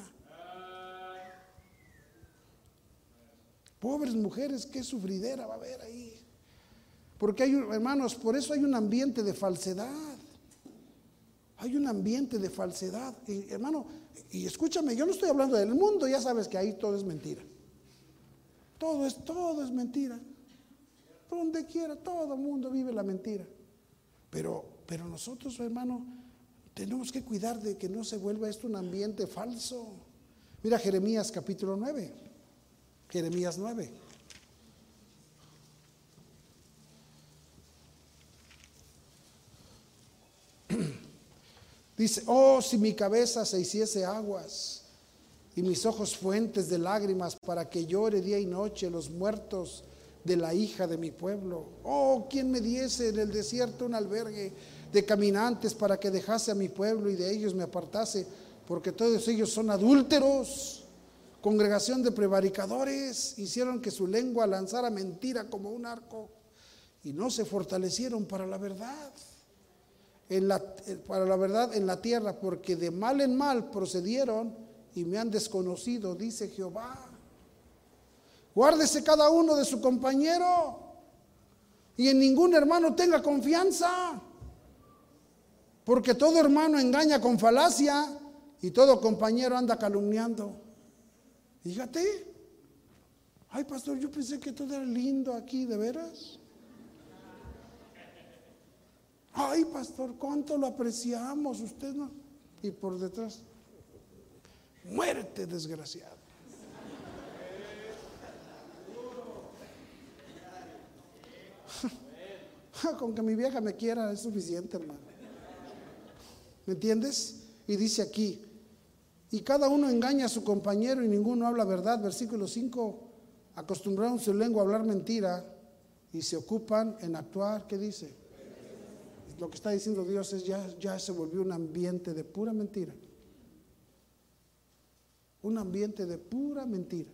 Pobres mujeres, qué sufridera va a haber ahí. Porque hermanos, por eso hay un ambiente de falsedad. Hay un ambiente de falsedad. Y, hermano, y escúchame, yo no estoy hablando del mundo, ya sabes que ahí todo es mentira. Todo es mentira. Donde quiera, todo el mundo vive la mentira. Pero nosotros, hermano, tenemos que cuidar de que no se vuelva esto un ambiente falso. Mira Jeremías capítulo 9. Jeremías 9. Dice, si mi cabeza se hiciese aguas y mis ojos fuentes de lágrimas para que llore día y noche los muertos de la hija de mi pueblo. ¿Quién me diese en el desierto un albergue de caminantes para que dejase a mi pueblo y de ellos me apartase? Porque todos ellos son adúlteros, congregación de prevaricadores, hicieron que su lengua lanzara mentira como un arco y no se fortalecieron para la verdad. Para la verdad en la tierra, porque de mal en mal procedieron y me han desconocido, dice Jehová. Guárdese cada uno de su compañero y en ningún hermano tenga confianza, porque todo hermano engaña con falacia y todo compañero anda calumniando. Fíjate, ay pastor, yo pensé que todo era lindo aquí, ¿de veras? Ay pastor, cuánto lo apreciamos, usted no. Y por detrás, muérete desgraciado. Con que mi vieja me quiera es suficiente, hermano. ¿Me entiendes? Y dice aquí, y cada uno engaña a su compañero y ninguno habla verdad. Versículo 5, acostumbraron su lengua a hablar mentira y se ocupan en actuar, ¿qué dice? Lo que está diciendo Dios es ya se volvió un ambiente de pura mentira. Un ambiente de pura mentira.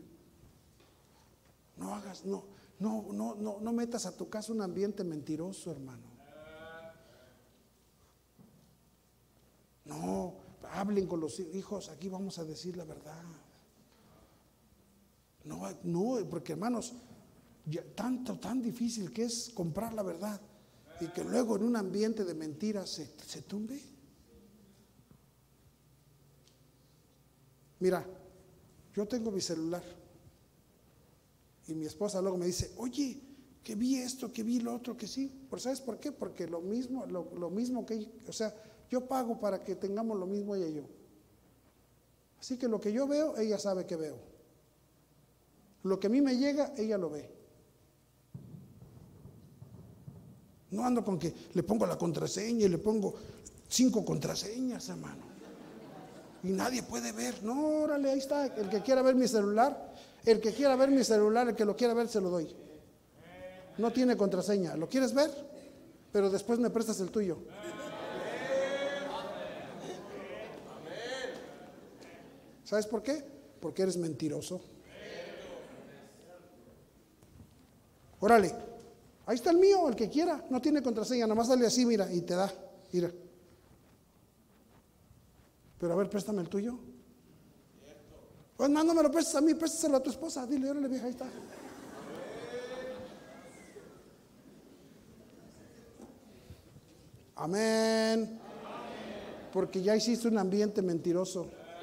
No metas a tu casa un ambiente mentiroso, hermano. No, hablen con los hijos, aquí vamos a decir la verdad. No, porque hermanos, tan difícil que es comprar la verdad y que luego en un ambiente de mentiras se tumbe. Mira, yo tengo mi celular y mi esposa luego me dice, oye, que vi esto, que vi lo otro, que sí. ¿Pero sabes por qué? Porque lo mismo que ella, o sea, yo pago para que tengamos lo mismo ella y yo. Así que lo que yo veo, ella sabe que veo. Lo que a mí me llega, ella lo ve. No ando con que le pongo la contraseña y le pongo 5 contraseñas, hermano. Y nadie puede ver. No, órale, ahí está. El que quiera ver mi celular, el que lo quiera ver, se lo doy. No tiene contraseña. ¿Lo quieres ver? Pero después me prestas el tuyo. ¿Sabes por qué? Porque eres mentiroso. Órale, ahí está el mío, el que quiera. No tiene contraseña, nomás sale así, mira, y te da. Mira. Pero a ver, préstame el tuyo. Pues no me lo prestes a mí, préstaselo a tu esposa. Dile, órale, vieja, ahí está. Amén. Porque ya hiciste un ambiente mentiroso.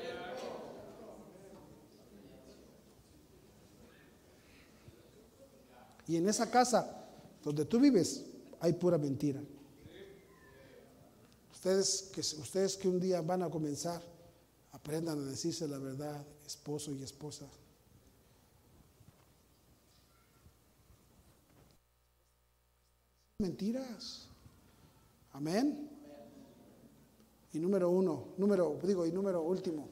Y en esa casa donde tú vives hay pura mentira. Ustedes que un día van a comenzar, aprendan a decirse la verdad, esposo y esposa. Mentiras. Amén. Y número último.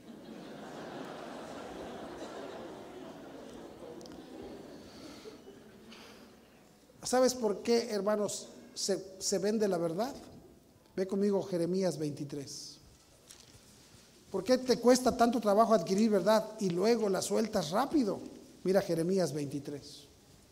¿Sabes por qué, hermanos, se vende la verdad? Ve conmigo Jeremías 23. ¿Por qué te cuesta tanto trabajo adquirir verdad y luego la sueltas rápido? Mira Jeremías 23.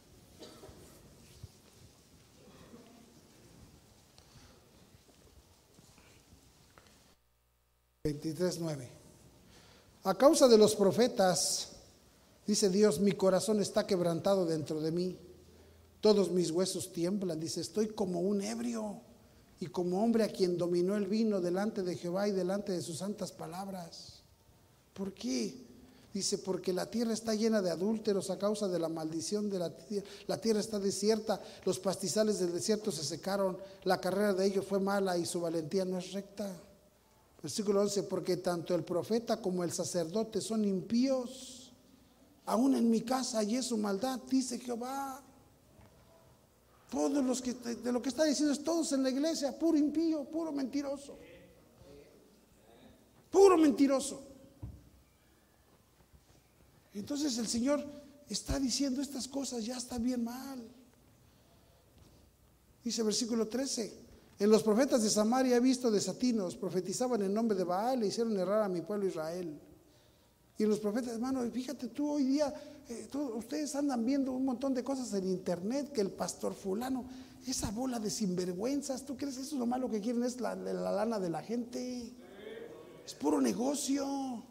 A causa de los profetas, dice Dios, mi corazón está quebrantado dentro de mí. Todos mis huesos tiemblan. Dice, estoy como un ebrio y como hombre a quien dominó el vino delante de Jehová y delante de sus santas palabras. ¿Por qué? Dice, porque la tierra está llena de adúlteros a causa de la maldición de la tierra. La tierra está desierta, los pastizales del desierto se secaron, la carrera de ellos fue mala y su valentía no es recta. Versículo 11, porque tanto el profeta como el sacerdote son impíos, aún en mi casa y es su maldad, dice Jehová. Todos los que, de lo que está diciendo es todos en la iglesia, puro impío, puro mentiroso. Puro mentiroso. Entonces el Señor está diciendo estas cosas, ya está bien mal. Dice versículo 13, en los profetas de Samaria he visto desatinos, profetizaban en nombre de Baal e hicieron errar a mi pueblo Israel. Y los profetas, hermano, fíjate tú hoy día, ustedes andan viendo un montón de cosas en internet, que el pastor fulano, esa bola de sinvergüenzas, ¿tú crees que eso es lo malo que quieren? Es la lana de la gente. Es puro negocio.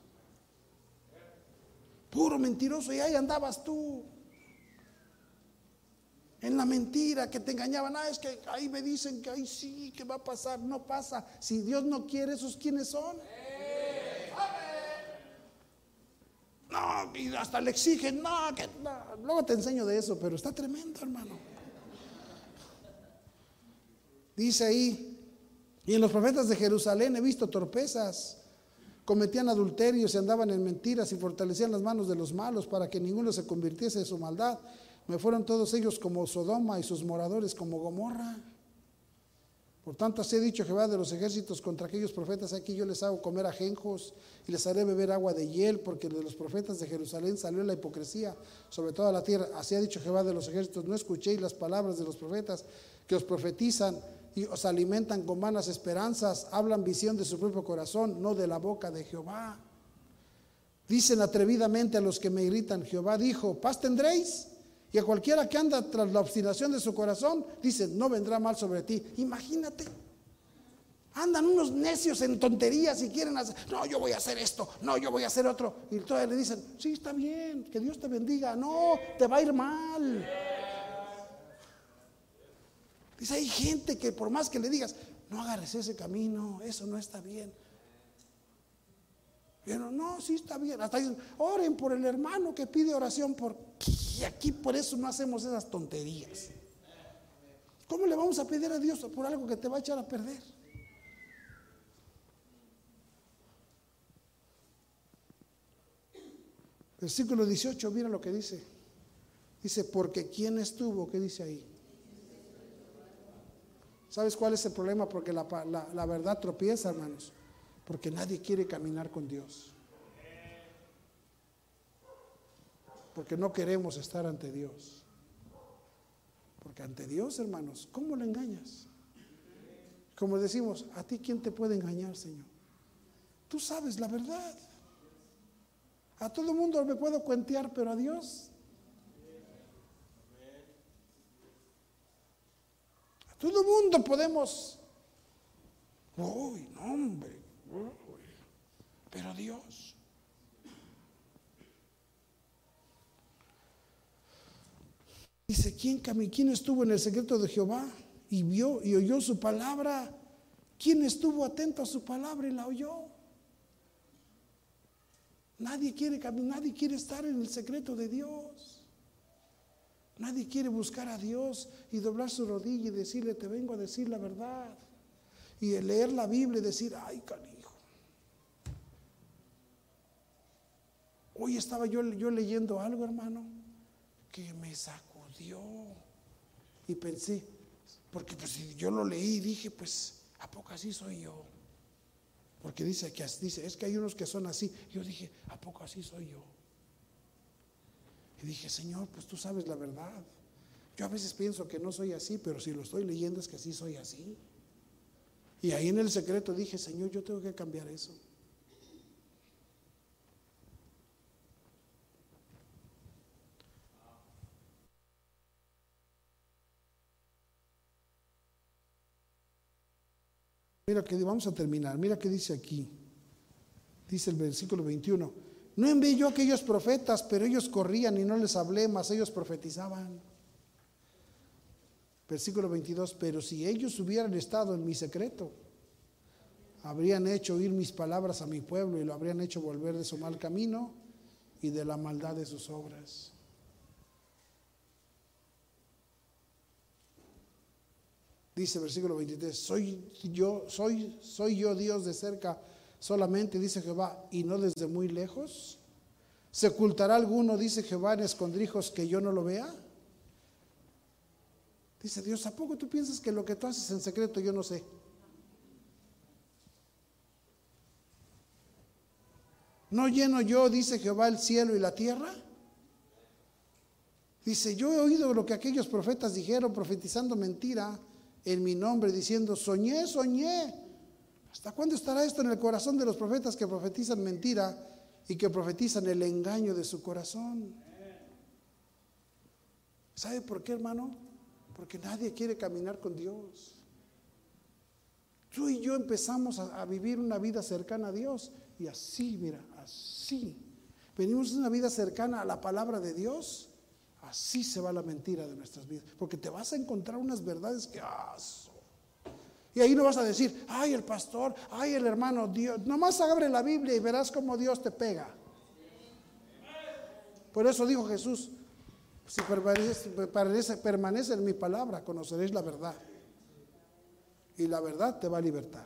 Puro mentiroso, y ahí andabas tú. En la mentira, que te engañaban. Es que ahí me dicen que ahí sí, que va a pasar. No pasa. Si Dios no quiere, ¿esos quiénes son? No, y hasta le exigen, no. Luego te enseño de eso, pero está tremendo, hermano. Dice ahí, y en los profetas de Jerusalén he visto torpezas, cometían adulterios y andaban en mentiras y fortalecían las manos de los malos para que ninguno se convirtiese en su maldad. Me fueron todos ellos como Sodoma y sus moradores como Gomorra. Por tanto, así he dicho Jehová de los ejércitos contra aquellos profetas, aquí yo les hago comer ajenjos y les haré beber agua de hiel, porque de los profetas de Jerusalén salió la hipocresía sobre toda la tierra. Así ha dicho Jehová de los ejércitos, no escuchéis las palabras de los profetas que os profetizan y os alimentan con vanas esperanzas, hablan visión de su propio corazón, no de la boca de Jehová. Dicen atrevidamente a los que me gritan, Jehová dijo, paz tendréis. Y a cualquiera que anda tras la obstinación de su corazón, dicen, no vendrá mal sobre ti. Imagínate. Andan unos necios en tonterías y quieren hacer, no, yo voy a hacer esto, no, yo voy a hacer otro. Y todavía le dicen, sí, está bien, que Dios te bendiga. No, te va a ir mal. Dice, hay gente que por más que le digas, no agarres ese camino, eso no está bien. Pero no, sí está bien. Hasta dicen, oren por el hermano que pide oración por... Y aquí por eso no hacemos esas tonterías. ¿Cómo le vamos a pedir a Dios por algo que te va a echar a perder? Versículo 18, mira lo que dice. Dice, porque ¿quién estuvo? ¿Qué dice ahí? ¿Sabes cuál es el problema? Porque la verdad tropieza, hermanos. Porque nadie quiere caminar con Dios. Porque no queremos estar ante Dios. Porque ante Dios, hermanos, ¿cómo le engañas? Como decimos, ¿a ti quién te puede engañar, Señor? Tú sabes la verdad. A todo el mundo me puedo cuentear, pero a Dios. A todo el mundo podemos. Uy, no, hombre. Uy, pero Dios. Dice, ¿quién estuvo en el secreto de Jehová y vio y oyó su palabra? ¿Quién estuvo atento a su palabra y la oyó? Nadie quiere caminar, nadie quiere estar en el secreto de Dios. Nadie quiere buscar a Dios y doblar su rodilla y decirle, te vengo a decir la verdad. Y leer la Biblia y decir, ay, canijo. Hoy estaba yo leyendo algo, hermano, que me sacudió. Y pensé, porque pues si yo lo leí y dije, pues, ¿a poco así soy yo? Porque dice, es que hay unos que son así. Yo dije, ¿a poco así soy yo? Y dije, Señor, pues tú sabes la verdad. Yo a veces pienso que no soy así, pero si lo estoy leyendo es que sí soy así. Y ahí en el secreto dije, Señor, yo tengo que cambiar eso. Mira que vamos a terminar, mira que dice aquí. Dice el versículo 21. No envié yo a aquellos profetas, pero ellos corrían y no les hablé, mas ellos profetizaban. Versículo 22. Pero si ellos hubieran estado en mi secreto, habrían hecho oír mis palabras a mi pueblo y lo habrían hecho volver de su mal camino y de la maldad de sus obras. Dice versículo 23, soy yo Dios de cerca solamente, dice Jehová, y no desde muy lejos. ¿Se ocultará alguno, dice Jehová, en escondrijos que yo no lo vea? Dice Dios, ¿a poco tú piensas que lo que tú haces en secreto yo no sé? ¿No lleno yo, dice Jehová, el cielo y la tierra? Dice, yo he oído lo que aquellos profetas dijeron, profetizando mentira en mi nombre, diciendo, soñé. ¿Hasta cuándo estará esto en el corazón de los profetas que profetizan mentira y que profetizan el engaño de su corazón? ¿Sabe por qué, hermano? Porque nadie quiere caminar con Dios. Tú y yo empezamos a vivir una vida cercana a Dios y así, mira, así. Venimos a una vida cercana a la palabra de Dios. Así se va la mentira de nuestras vidas, porque te vas a encontrar unas verdades que y ahí no vas a decir, ay, el pastor, ay, el hermano, Dios. Nomás abre la Biblia y verás cómo Dios te pega. Por eso dijo Jesús, si permanece en mi palabra, conoceréis la verdad, y la verdad te va a libertar.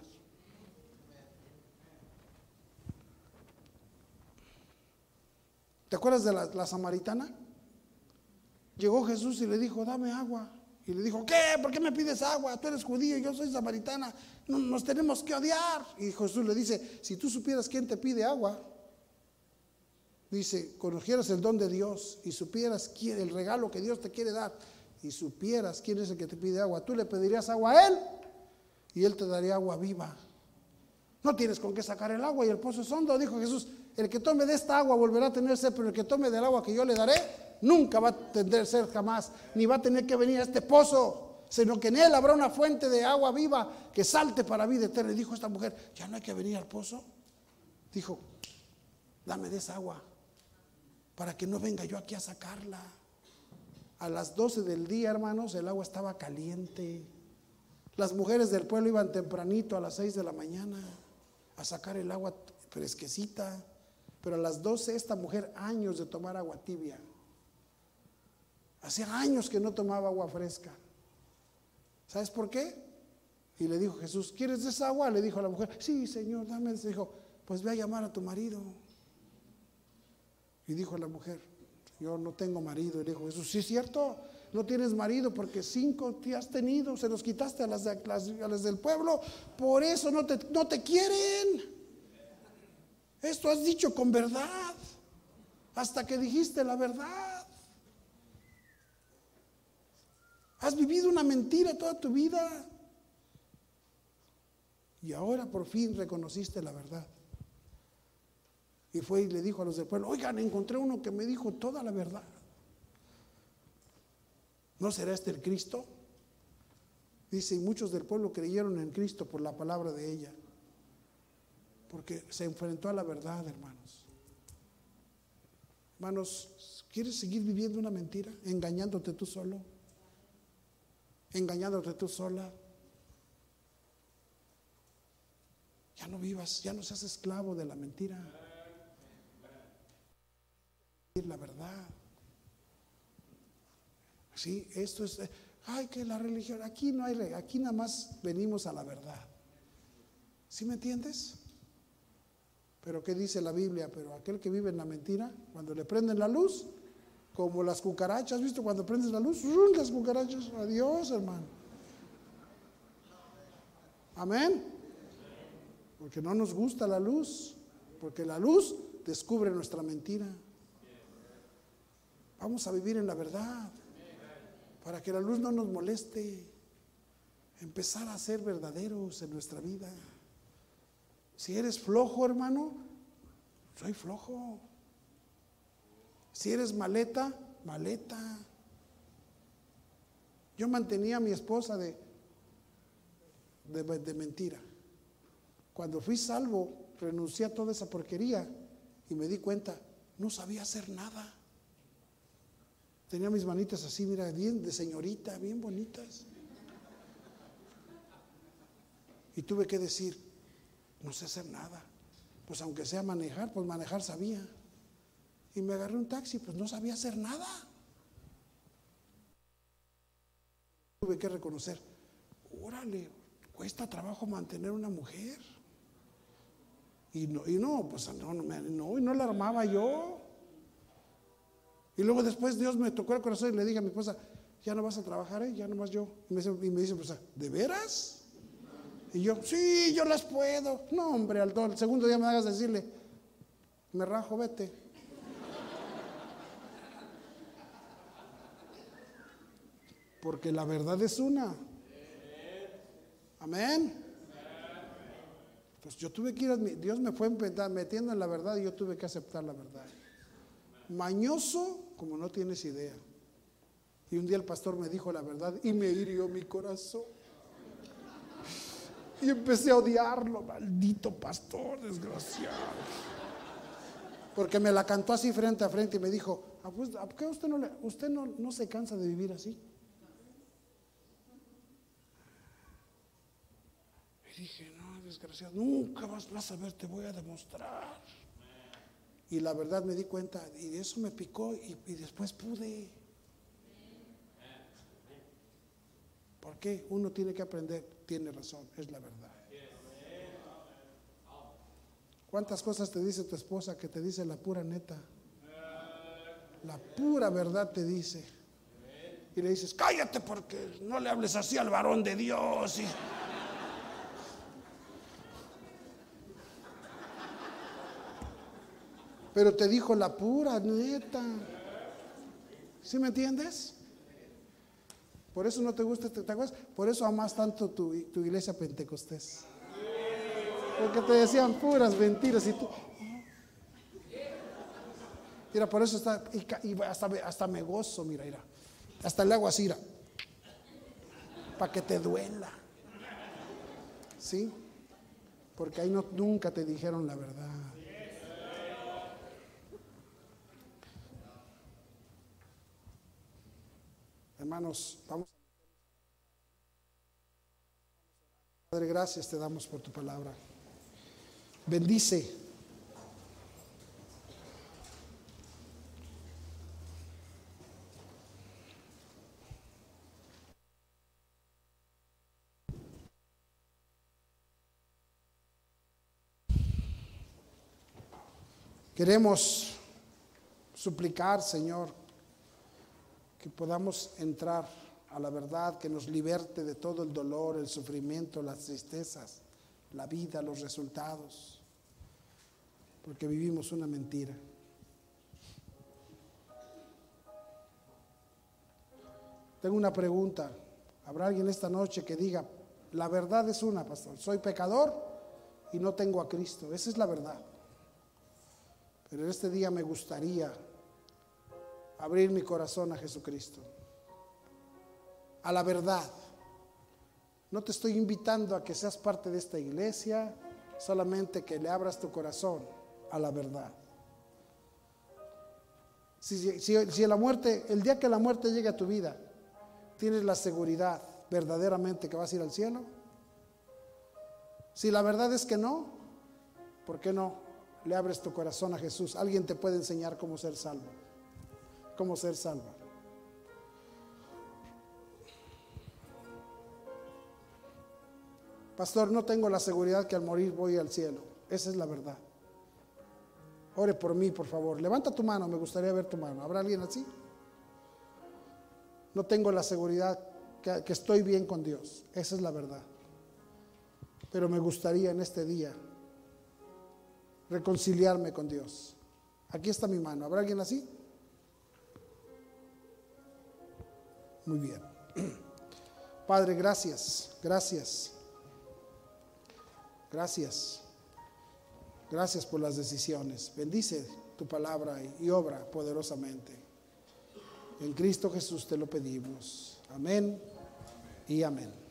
¿Te acuerdas de la samaritana? Llegó Jesús y le dijo, dame agua. Y le dijo, ¿qué? ¿Por qué me pides agua? Tú eres judío y yo soy samaritana. No, nos tenemos que odiar. Y Jesús le dice, si tú supieras quién te pide agua, dice, conocieras el don de Dios y supieras quién, el regalo que Dios te quiere dar, y supieras quién es el que te pide agua, tú le pedirías agua a Él y Él te daría agua viva. No tienes con qué sacar el agua y el pozo es hondo, dijo Jesús. El que tome de esta agua volverá a tener sed, pero el que tome del agua que yo le daré nunca va a tener sed jamás, ni va a tener que venir a este pozo. sino que en él habrá una fuente de agua viva que salte para vida eterna. Y dijo esta mujer, ya no hay que venir al pozo. Dijo, dame de esa agua para que no venga yo aquí a sacarla. A las 12 del día, hermanos, el agua estaba caliente. Las mujeres del pueblo iban tempranito a las 6 de la mañana a sacar el agua fresquecita. Pero a las 12 esta mujer, años de tomar agua tibia. Hacía años que no tomaba agua fresca. ¿Sabes por qué? Y le dijo Jesús, ¿quieres de esa agua? Le dijo a la mujer, sí, Señor, dame. Dijo, pues ve a llamar a tu marido. Y dijo la mujer, yo no tengo marido. Y dijo Jesús, sí es cierto, no tienes marido porque 5 te has tenido, se los quitaste a las del pueblo, por eso no te quieren. Esto has dicho con verdad, hasta que dijiste la verdad. Has vivido una mentira toda tu vida y ahora por fin reconociste la verdad. Y fue y le dijo a los del pueblo, oigan, encontré uno que me dijo toda la verdad. ¿No será este el Cristo? Dice, y muchos del pueblo creyeron en Cristo por la palabra de ella, porque se enfrentó a la verdad, hermanos. Hermanos, ¿quieres seguir viviendo una mentira? Engañándote tú solo, engañándote tú sola. Ya no vivas, ya no seas esclavo de la mentira. La verdad. Sí, esto es, ay, que la religión, aquí no hay, aquí nada más venimos a la verdad. ¿Sí me entiendes? Pero ¿qué dice la Biblia? Pero aquel que vive en la mentira, cuando le prenden la luz, como las cucarachas, ¿visto? Cuando prendes la luz, las cucarachas, adiós, hermano. Amén. Porque no nos gusta la luz, porque la luz descubre nuestra mentira. Vamos a vivir en la verdad, para que la luz no nos moleste. Empezar a ser verdaderos en nuestra vida. Si eres flojo, hermano, soy flojo. Si eres maleta, maleta. Yo mantenía a mi esposa de mentira. Cuando fui salvo, renuncié a toda esa porquería y me di cuenta, no sabía hacer nada. Tenía mis manitas así, mira, bien de señorita, bien bonitas. Y tuve que decir, no sé hacer nada. Pues aunque sea manejar, pues manejar sabía. Y me agarré un taxi, pues no sabía hacer nada. Tuve que reconocer, órale, cuesta trabajo mantener una mujer. Y no la armaba yo. Y luego después Dios me tocó el corazón y le dije a mi esposa, ya no vas a trabajar, ya nomás yo. Y me dice, pues, ¿de veras? Y yo, sí, yo las puedo. No, hombre, al segundo día me hagas decirle, me rajo, vete. Porque la verdad es una. Amén. Pues yo tuve que Dios me fue metiendo en la verdad y yo tuve que aceptar la verdad. Mañoso como no tienes idea. Y un día el pastor me dijo la verdad y me hirió mi corazón. Y empecé a odiarlo, maldito pastor, desgraciado. Porque me la cantó así frente a frente y me dijo, ¿a qué usted no se cansa de vivir así? Y dije, no, desgraciado, nunca vas a ver, te voy a demostrar. Y la verdad me di cuenta y eso me picó y después pude. ¿Por qué? Uno tiene que aprender, tiene razón, es la verdad. ¿Cuántas cosas te dice tu esposa que te dice la pura neta? La pura verdad te dice. Y le dices, cállate porque no le hables así al varón de Dios. Pero te dijo la pura neta. ¿Sí me entiendes? Por eso no te gusta, ¿te acuerdas? Por eso amas tanto tu iglesia pentecostés. Porque te decían puras mentiras y tú. Mira, por eso está, y hasta me gozo, mira. Hasta le hago así, mira. para que te duela. ¿Sí? Porque ahí nunca te dijeron la verdad. Hermanos, vamos. Padre, gracias te damos por tu palabra. Bendice. Queremos suplicar, Señor, que podamos entrar a la verdad, que nos liberte de todo el dolor, el sufrimiento, las tristezas, la vida, los resultados, porque vivimos una mentira. Tengo una pregunta. ¿Habrá alguien esta noche que diga, la verdad es una, pastor, soy pecador y no tengo a Cristo? Esa es la verdad. Pero en este día me gustaría abrir mi corazón a Jesucristo, a la verdad. No te estoy invitando a que seas parte de esta iglesia, solamente que le abras tu corazón a la verdad. Si la muerte, el día que la muerte llegue a tu vida, ¿tienes la seguridad verdaderamente que vas a ir al cielo? Si la verdad es que no, ¿por qué no le abres tu corazón a Jesús? Alguien te puede enseñar cómo ser salvo, cómo ser salva. Pastor, no tengo la seguridad que al morir voy al cielo. Esa es la verdad. Ore por mí, por favor. Levanta tu mano, me gustaría ver tu mano. ¿Habrá alguien así? No tengo la seguridad que estoy bien con Dios. Esa es la verdad. Pero me gustaría en este día reconciliarme con Dios. Aquí está mi mano. ¿Habrá alguien así? Muy bien. Padre, gracias, gracias. Gracias. Gracias por las decisiones. Bendice tu palabra y obra poderosamente. En Cristo Jesús te lo pedimos. Amén y amén.